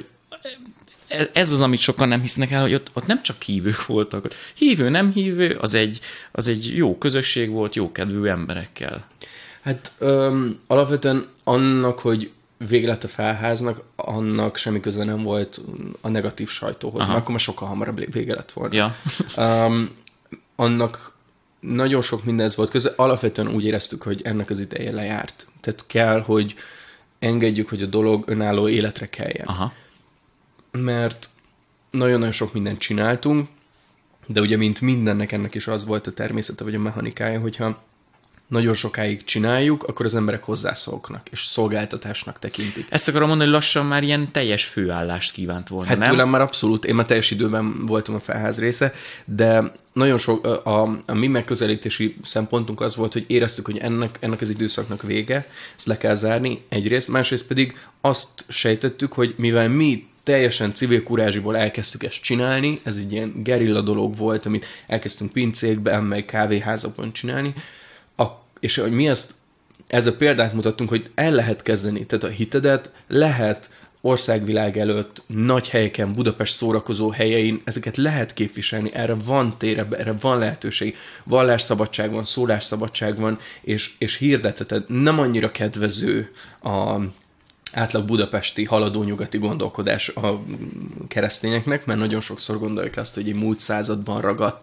ez az, amit sokan nem hisznek el, hogy ott nem csak hívők voltak. Hívő, nem hívő, az egy jó közösség volt, jó kedvű emberekkel. Hát alapvetően annak, hogy vége lett a felháznak, annak semmi köze nem volt a negatív sajtóhoz. Mert akkor már sokkal hamarabb vége lett volna. Ja. Annak nagyon sok mindenhez volt köze. Alapvetően úgy éreztük, hogy ennek az ideje lejárt. Tehát kell, hogy engedjük, hogy a dolog önálló életre keljen. Aha. Mert nagyon-nagyon sok mindent csináltunk, de ugye mint mindennek ennek is az volt a természete, vagy a mechanikája, hogyha nagyon sokáig csináljuk, akkor az emberek hozzászoknak, és szolgáltatásnak tekintik. Ezt akarom mondani, hogy lassan már ilyen teljes főállást kívánt volna, Hát nem? tőlem már abszolút, én már teljes időben voltam a felház része, de nagyon sok, a mi megközelítési szempontunk az volt, hogy éreztük, hogy ennek az időszaknak vége, ezt le kell zárni egyrészt, másrészt pedig azt sejtettük, hogy mivel mi teljesen civil kurázsiból elkezdtük ezt csinálni, ez egy ilyen gerilla dolog volt, amit elkezdtünk pincékben, meg kávéházakban csinálni, és hogy mi ezzel példát mutattunk, hogy el lehet kezdeni, tehát a hitedet lehet országvilág előtt, nagy helyeken, Budapest szórakozó helyein, ezeket lehet képviselni, erre van tér, erre van lehetőség, vallásszabadság van, szólásszabadság van, és hirdeteted nem annyira kedvező a átlag budapesti haladó nyugati gondolkodás a keresztényeknek, mert nagyon sokszor gondolják azt, hogy egy múlt században ragadt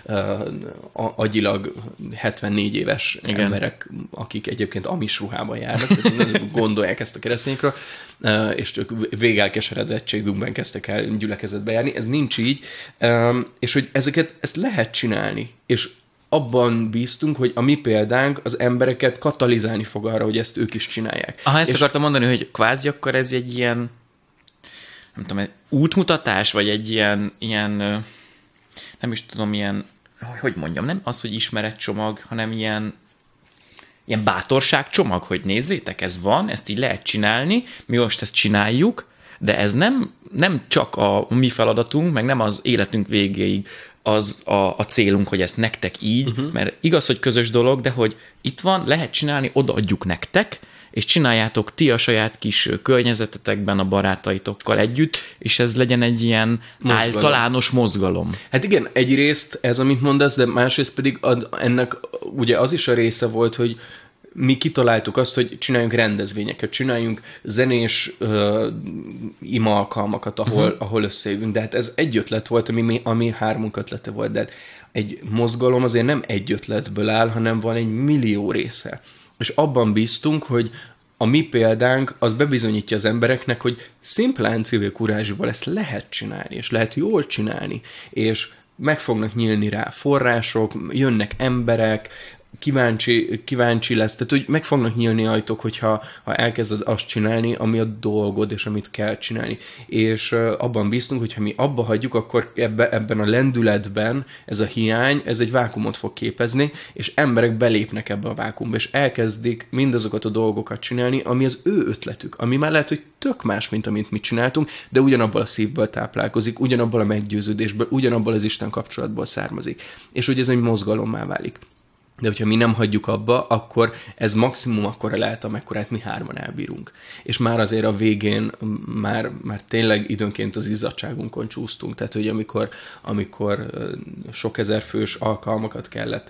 agyilag 74 éves emberek, akik egyébként amis ruhában járnak, tehát gondolják ezt a keresztényekről, és csak végelkeseredettségükben kezdtek el gyülekezetbe járni. Ez nincs így, és hogy ezt lehet csinálni, és abban bíztunk, hogy a mi példánk az embereket katalizálni fog arra, hogy ezt ők is csinálják. Ezt akartam mondani, hogy kvázi akkor ez egy ilyen, nem tudom, egy útmutatás, vagy egy ilyen nem is tudom, ilyen, hogy mondjam, nem az, hogy ismeretcsomag, hanem ilyen bátorságcsomag, hogy nézzétek, ez van, ezt így lehet csinálni, mi most ezt csináljuk, de ez nem csak a mi feladatunk, meg nem az életünk végéig az a célunk, hogy ezt nektek így, mert igaz, hogy közös dolog, de hogy itt van, lehet csinálni, odaadjuk nektek, és csináljátok ti a saját kis környezetetekben a barátaitokkal együtt, és ez legyen egy ilyen általános mozgalom. Hát igen, egyrészt ez, amit mondasz, de másrészt pedig ennek ugye az is a része volt, hogy mi kitaláltuk azt, hogy csináljunk rendezvényeket, csináljunk zenés ima alkalmakat, ahol összejövünk. De hát ez egy ötlet volt, ami hármunk ötlete volt. De egy mozgalom azért nem egy ötletből áll, hanem van egy millió része. És abban bíztunk, hogy a mi példánk az bebizonyítja az embereknek, hogy szimplán civil kurázsiból ezt lehet csinálni, és lehet jól csinálni, és meg fognak nyílni rá források, jönnek emberek, kíváncsi lesz, tehát hogy meg fognak nyílni ajtók, hogyha elkezded azt csinálni, ami a dolgod, és amit kell csinálni. És abban bíztunk, hogy ha mi abba hagyjuk, akkor ebben a lendületben ez a hiány, ez egy vákumot fog képezni, és emberek belépnek ebbe a vákumba, és elkezdik mindazokat a dolgokat csinálni, ami az ő ötletük, ami már lehet, hogy tök más, mint amit mi csináltunk, de ugyanabból a szívből táplálkozik, ugyanabból a meggyőződésből, ugyanabból az Isten kapcsolatból származik. És hogy ez egy mozgalommá válik. De hogyha mi nem hagyjuk abba, akkor ez maximum akkora lehet, amekkorát mi hárman elbírunk. És már azért a végén már tényleg időnként az izzadságunkon csúsztunk. Tehát, hogy amikor sok ezer fős alkalmakat kellett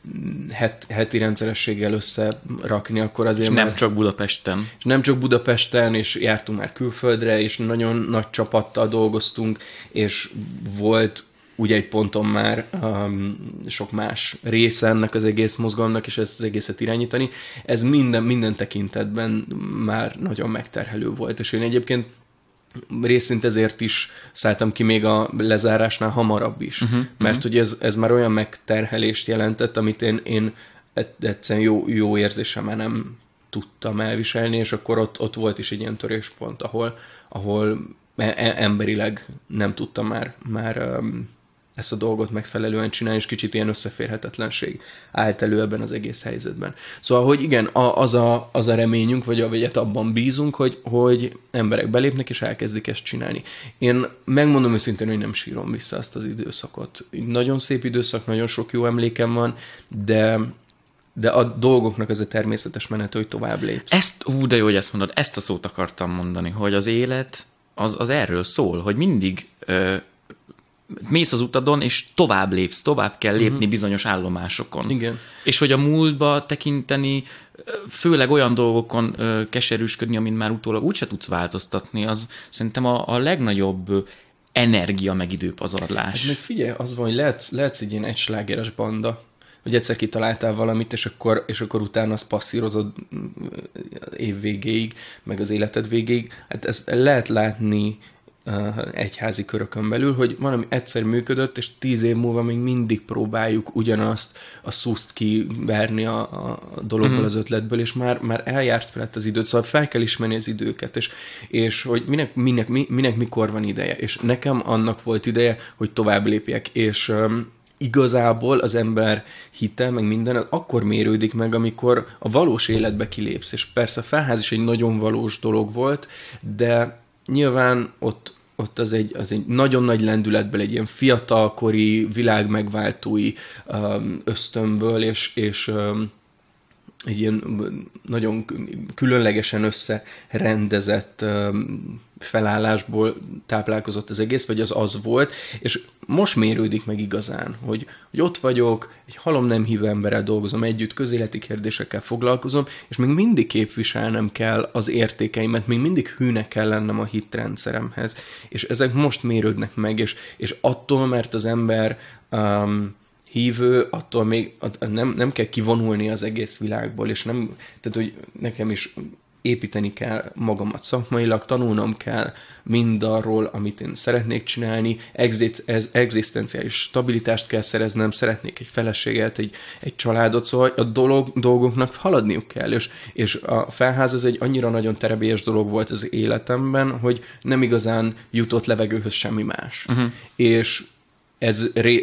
heti rendszerességgel összerakni, akkor azért és nem csak Budapesten. És nem csak Budapesten, és jártunk már külföldre, és nagyon nagy csapattal dolgoztunk, és volt ugye egy ponton már sok más része ennek az egész mozgalomnak, és ezt az egészet irányítani. Ez minden tekintetben már nagyon megterhelő volt. És én egyébként részint ezért is szálltam ki még a lezárásnál hamarabb is. Mert hogy ez már olyan megterhelést jelentett, amit én egyszerűen jó érzéssel már nem tudtam elviselni, és akkor ott volt is egy ilyen töréspont, ahol emberileg nem tudtam már ezt a dolgot megfelelően csinálni, és kicsit ilyen összeférhetetlenség állt elő ebben az egész helyzetben. Szóval, hogy igen, az a reményünk, vagy abban bízunk, hogy emberek belépnek, és elkezdik ezt csinálni. Én megmondom őszintén, hogy nem sírom vissza azt az időszakot. Nagyon szép időszak, nagyon sok jó emlékem van, de a dolgoknak ez a természetes menet, hogy tovább lépsz. De jó, hogy ezt mondod, ezt a szót akartam mondani, hogy az élet az erről szól, hogy mindig mész az utadon, és tovább lépsz, tovább kell lépni bizonyos állomásokon. Igen. És hogy a múltba tekinteni, főleg olyan dolgokon keserűsködni, amin már utólag úgyse tudsz változtatni, az szerintem a legnagyobb energia meg időpazarlás. Hát meg figyelj, az van, hogy lehetsz egy ilyen egyslágeres banda, hogy egyszer kitaláltál valamit, és akkor utána azt passzírozod év végéig, meg az életed végéig. Hát ezt lehet látni egyházi körökön belül, hogy valami egyszer működött, és 10 év múlva még mindig próbáljuk ugyanazt a szuszt kiverni a dologból, az ötletből, és már eljárt felett az időt, szóval fel kell ismerni az időket, és hogy minek mikor van ideje. És nekem annak volt ideje, hogy tovább lépjek, és igazából az ember hite, meg minden, akkor mérődik meg, amikor a valós életbe kilépsz. És persze a Felház is egy nagyon valós dolog volt, de nyilván ott az egy nagyon nagy lendületből, egy ilyen fiatalkori, világmegváltói ösztönből, és egy ilyen nagyon különlegesen összerendezett felállásból táplálkozott az egész, vagy az volt, és most mérődik meg igazán, hogy ott vagyok, egy halom nem hívő emberrel dolgozom együtt, közéleti kérdésekkel foglalkozom, és még mindig képviselnem kell az értékeimet, még mindig hűnek kell lennem a hitrendszeremhez, és ezek most mérődnek meg, és attól, mert az ember hívő, attól még nem kell kivonulni az egész világból, és nem, tehát hogy nekem is építeni kell magamat szakmailag, tanulnom kell mindarról, amit én szeretnék csinálni, egzisztenciális stabilitást kell szereznem, szeretnék egy feleséget, egy családot, szóval a dolgoknak haladniuk kell, és a Felház az egy annyira nagyon terebélyes dolog volt az életemben, hogy nem igazán jutott levegőhöz semmi más. És ez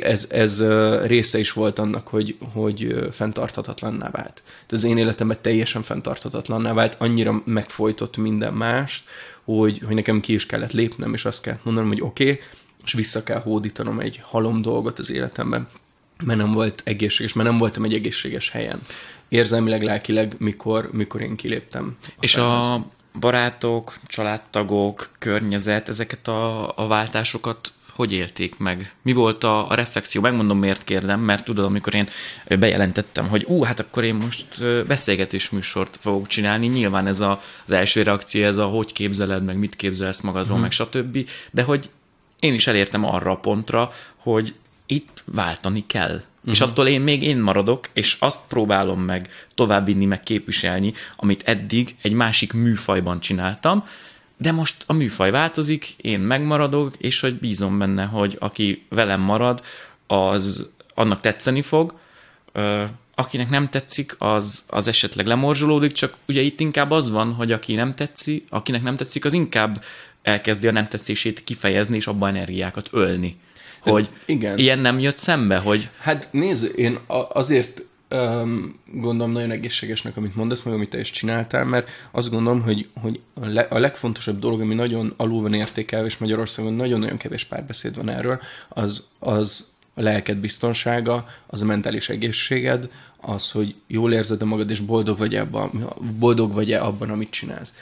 része is volt annak, hogy fenntarthatatlanná vált. Tehát az én életemben teljesen fenntarthatatlanná vált, annyira megfojtott minden mást, hogy nekem ki is kellett lépnem, és azt kellett mondanom, hogy oké, és vissza kell hódítanom egy halom dolgot az életemben, mert nem volt egészséges, mert nem voltam egy egészséges helyen. Érzelmileg, lelkileg, mikor én kiléptem. És a barátok, családtagok, környezet, ezeket a váltásokat hogy élték meg? Mi volt a reflexió? Megmondom, miért kérdem, mert tudod, amikor én bejelentettem, hogy hát akkor én most beszélgetés műsort fogok csinálni, nyilván ez az első reakció, ez a hogy képzeled, meg mit képzelsz magadról, meg stb., de hogy én is elértem arra a pontra, hogy itt váltani kell. És attól én maradok, és azt próbálom meg továbbvinni, meg képviselni, amit eddig egy másik műfajban csináltam, de most a műfaj változik, én megmaradok, és hogy bízom benne, hogy aki velem marad, annak tetszeni fog, akinek nem tetszik, az esetleg lemorzsolódik, csak ugye itt inkább az van, hogy akinek nem tetszik, az inkább elkezdi a nem tetszését kifejezni, és abban energiákat ölni. Hogy igen. Ilyen nem jött szembe, hogy... Hát nézd, én azért gondolom nagyon egészségesnek, amit mondasz, meg amit te is csináltál, mert azt gondolom, hogy a legfontosabb dolog, ami nagyon alul van értékelve, és Magyarországon nagyon-nagyon kevés párbeszéd van erről, az a lelked biztonsága, az a mentális egészséged, az, hogy jól érzed magad, és boldog vagy-e abban, amit csinálsz.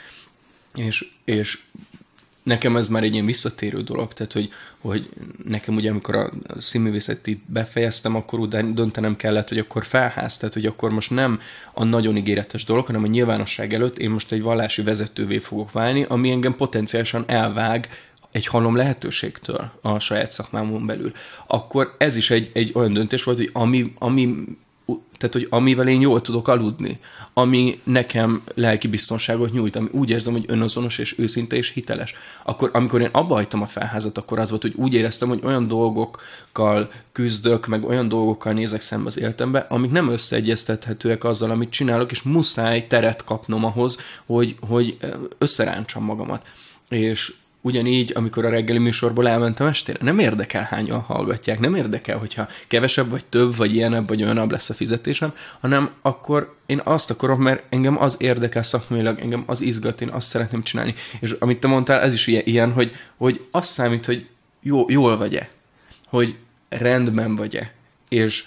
És nekem ez már egy ilyen visszatérő dolog, tehát hogy nekem ugye, amikor a színművészetit befejeztem, akkor utána döntenem kellett, hogy akkor Felház, tehát hogy akkor most nem a nagyon ígéretes dolog, hanem a nyilvánosság előtt én most egy vallási vezetővé fogok válni, ami engem potenciálisan elvág egy halom lehetőségtől a saját szakmámon belül. Akkor ez is egy olyan döntés volt, hogy tehát, hogy amivel én jól tudok aludni, ami nekem lelki biztonságot nyújt, ami úgy érzem, hogy önazonos és őszinte és hiteles. Akkor, amikor én abba hagytam a Felházat, akkor az volt, hogy úgy éreztem, hogy olyan dolgokkal küzdök, meg olyan dolgokkal nézek szembe az életembe, amik nem összeegyeztethetőek azzal, amit csinálok, és muszáj teret kapnom ahhoz, hogy összerántsam magamat. És ugyanígy, amikor a reggeli műsorból elmentem estére, nem érdekel, hányan hallgatják, nem érdekel, hogyha kevesebb, vagy több, vagy ilyenebb, vagy olyanabb lesz a fizetésem, hanem akkor én azt akarom, mert engem az érdekel szakmailag, engem az izgat, én azt szeretném csinálni. És amit te mondtál, ez is ilyen, hogy azt számít, hogy jól vagy-e, hogy rendben vagy-e. És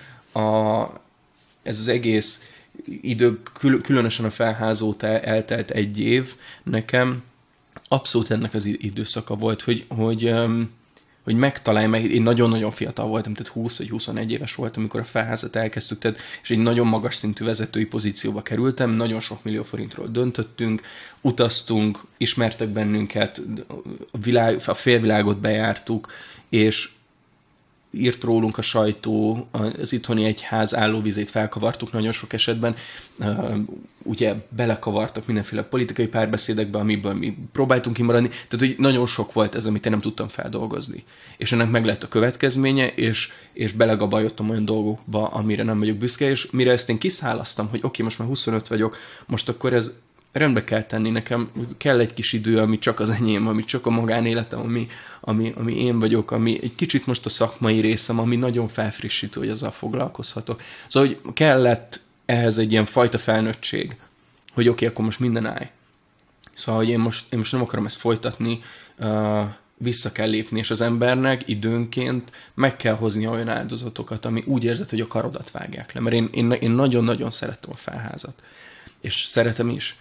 ez az egész idő, különösen a Felház óta eltelt egy év nekem, abszolút ennek az időszaka volt, hogy megtalálj meg. Én nagyon-nagyon fiatal voltam, tehát 20 vagy 21 éves voltam, amikor a Felházat elkezdtük, tehát, és egy nagyon magas szintű vezetői pozícióba kerültem, nagyon sok millió forintról döntöttünk, utaztunk, ismertek bennünket, a félvilágot bejártuk, és írt rólunk a sajtó, az itthoni egyház állóvizét felkavartuk nagyon sok esetben, ugye belekavartak mindenféle politikai párbeszédekbe, amiből mi próbáltunk kimaradni, tehát hogy nagyon sok volt ez, amit én nem tudtam feldolgozni. És ennek meg lett a következménye, és belegabajottam olyan dolgokba, amire nem vagyok büszke, és mire ezt én kiszállaztam, hogy oké, most már 25 vagyok, most akkor ez rendbe kell tenni, nekem kell egy kis idő, ami csak az enyém, ami csak a magánéletem, ami én vagyok, ami egy kicsit most a szakmai részem, ami nagyon felfrissítő, hogy azzal foglalkozhatok. Szóval, hogy kellett ehhez egy ilyen fajta felnőttség, hogy oké, akkor most minden állj. Szóval, hogy én most nem akarom ezt folytatni, vissza kell lépni, és az embernek időnként meg kell hozni olyan áldozatokat, ami úgy érzed, hogy a karodat vágják le. Mert én nagyon-nagyon szerettem a Fellházat. És szeretem is.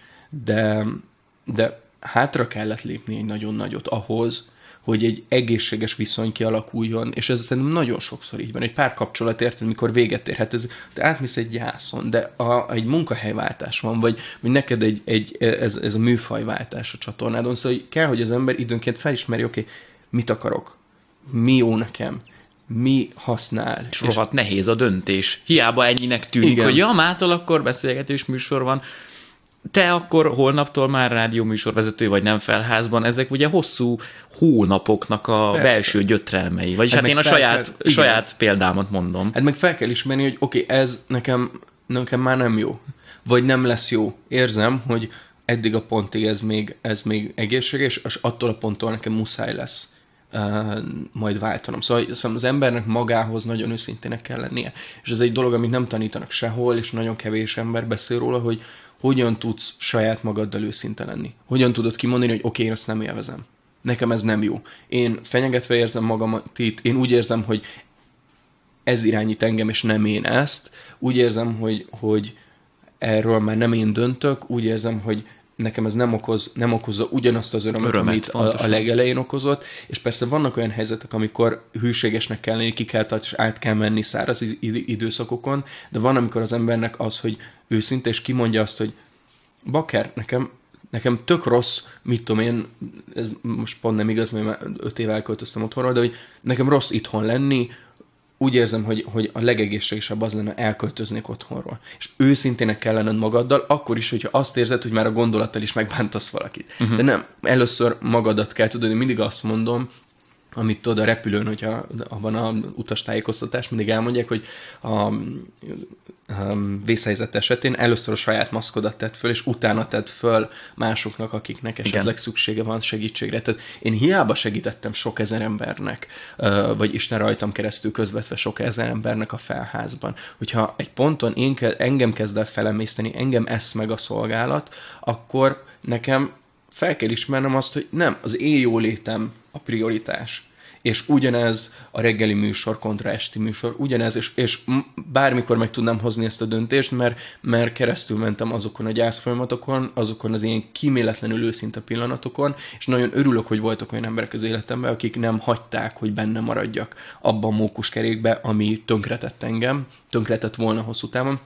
De hátra kellett lépni egy nagyon nagyot ahhoz, hogy egy egészséges viszony kialakuljon, és ez szerintem nagyon sokszor így van. Egy párkapcsolat, érted, mikor véget ér, hát te átmész egy gyászon, de egy munkahelyváltás van, vagy neked ez a műfajváltás a csatornádon, szóval kell, hogy az ember időnként felismeri, oké, mit akarok, mi jó nekem, mi használ. És rohadt nehéz a döntés. Hiába ennyinek tűnik, igen, hogy mától akkor beszélgetős műsor van, te akkor holnaptól már rádióműsorvezető vagy nem Fellházban, ezek ugye hosszú hónapoknak a belső gyötrelmei. Vagyis hát én a saját példámat mondom. Hát meg fel kell ismerni, hogy oké, ez nekem már nem jó. Vagy nem lesz jó. Érzem, hogy eddig a pontig ez még egészséges, és attól a ponttól nekem muszáj lesz majd váltanom. Szóval az embernek magához nagyon őszintének kell lennie. És ez egy dolog, amit nem tanítanak sehol, és nagyon kevés ember beszél róla, hogy hogyan tudsz saját magaddal őszinte lenni. Hogyan tudod kimondani, hogy oké, én ezt nem élvezem. Nekem ez nem jó. Én fenyegetve érzem magamat itt, én úgy érzem, hogy ez irányít engem, és nem én ezt. Úgy érzem, hogy erről már nem én döntök, úgy érzem, hogy nekem ez nem okozza ugyanazt az örömet amit a legelején okozott, és persze vannak olyan helyzetek, amikor hűségesnek kell lenni, ki kell tartani, és át kell menni száraz időszakokon, de van, amikor az embernek az, hogy őszinte, és kimondja azt, hogy bakker, nekem tök rossz, mit tudom én, ez most pont nem igaz, mert már 5 éve elköltöztem otthonról, de hogy nekem rossz itthon lenni, úgy érzem, hogy a legegészségesebb az lenne, elköltöznék otthonról. És őszintének kell lenned magaddal, akkor is, hogyha azt érzed, hogy már a gondolattal is megbántasz valakit. De nem, először magadat kell tudod, én mindig azt mondom, amit tudod a repülőn, hogyha van a utastájékoztatás, mindig elmondják, hogy a vészhelyzet esetén először a saját maszkodat tedd föl, és utána tedd föl másoknak, akiknek esetleg szüksége van segítségre. Tehát én hiába segítettem sok ezer embernek, vagy Isten rajtam keresztül közvetve sok ezer embernek a Fellházban. Hogyha egy ponton engem kezd el felemészteni, engem esz meg a szolgálat, akkor nekem fel kell ismernem azt, hogy nem, az én jólétem a prioritás. És ugyanez a reggeli műsor kontra esti műsor, ugyanez, és bármikor meg tudnám hozni ezt a döntést, mert keresztül mentem azokon a gyászfolyamatokon, azokon az ilyen kíméletlenül őszinte pillanatokon, és nagyon örülök, hogy voltak olyan emberek az életemben, akik nem hagyták, hogy benne maradjak abban a mókuskerékbe, ami tönkretett engem, tönkretett volna hosszú távon,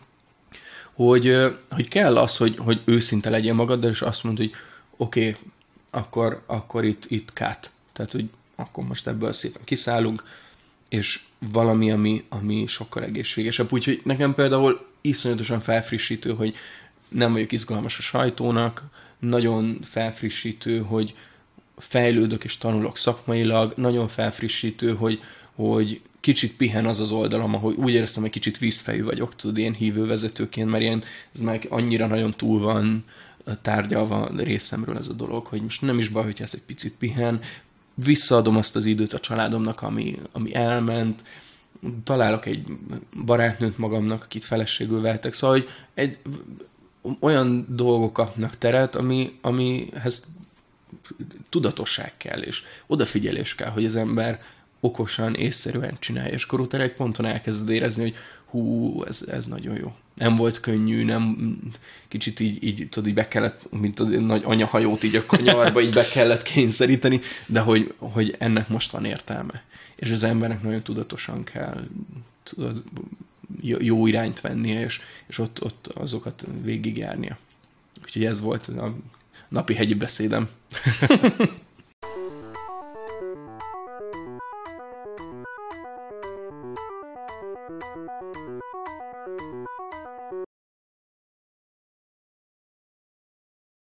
hogy kell az, hogy őszinte legyen magaddal, és azt mondod, hogy oké, akkor itt cut. Tehát, hogy akkor most ebből szépen kiszállunk, és valami, ami sokkal egészségesebb. Úgyhogy nekem például iszonyatosan felfrissítő, hogy nem vagyok izgalmas a sajtónak, nagyon felfrissítő, hogy fejlődök és tanulok szakmailag, nagyon felfrissítő, hogy kicsit pihen az oldalam, ahogy úgy éreztem, hogy kicsit vízfejű vagyok, tudod, ilyen hívővezetőként, mert ez már annyira nagyon túl van tárgyalva részemről ez a dolog, hogy most nem is baj, hogyha ez egy picit pihen, visszaadom azt az időt a családomnak, ami elment, találok egy barátnőt magamnak, akit feleségül vettek, szóval, hogy olyan dolgok kapnak teret, amihez tudatosság kell, és odafigyelés kell, hogy az ember okosan, észszerűen csinálja, és akkor utána egy ponton elkezded érezni, hogy hú, ez nagyon jó. Nem volt könnyű, nem kicsit így tudod, így be kellett, mint a nagy anyahajót így a kanyarba, így be kellett kényszeríteni, de hogy ennek most van értelme. És az embernek nagyon tudatosan kell tudod, jó irányt vennie, és ott azokat végigjárnia. Úgyhogy ez volt a napi hegyi beszédem.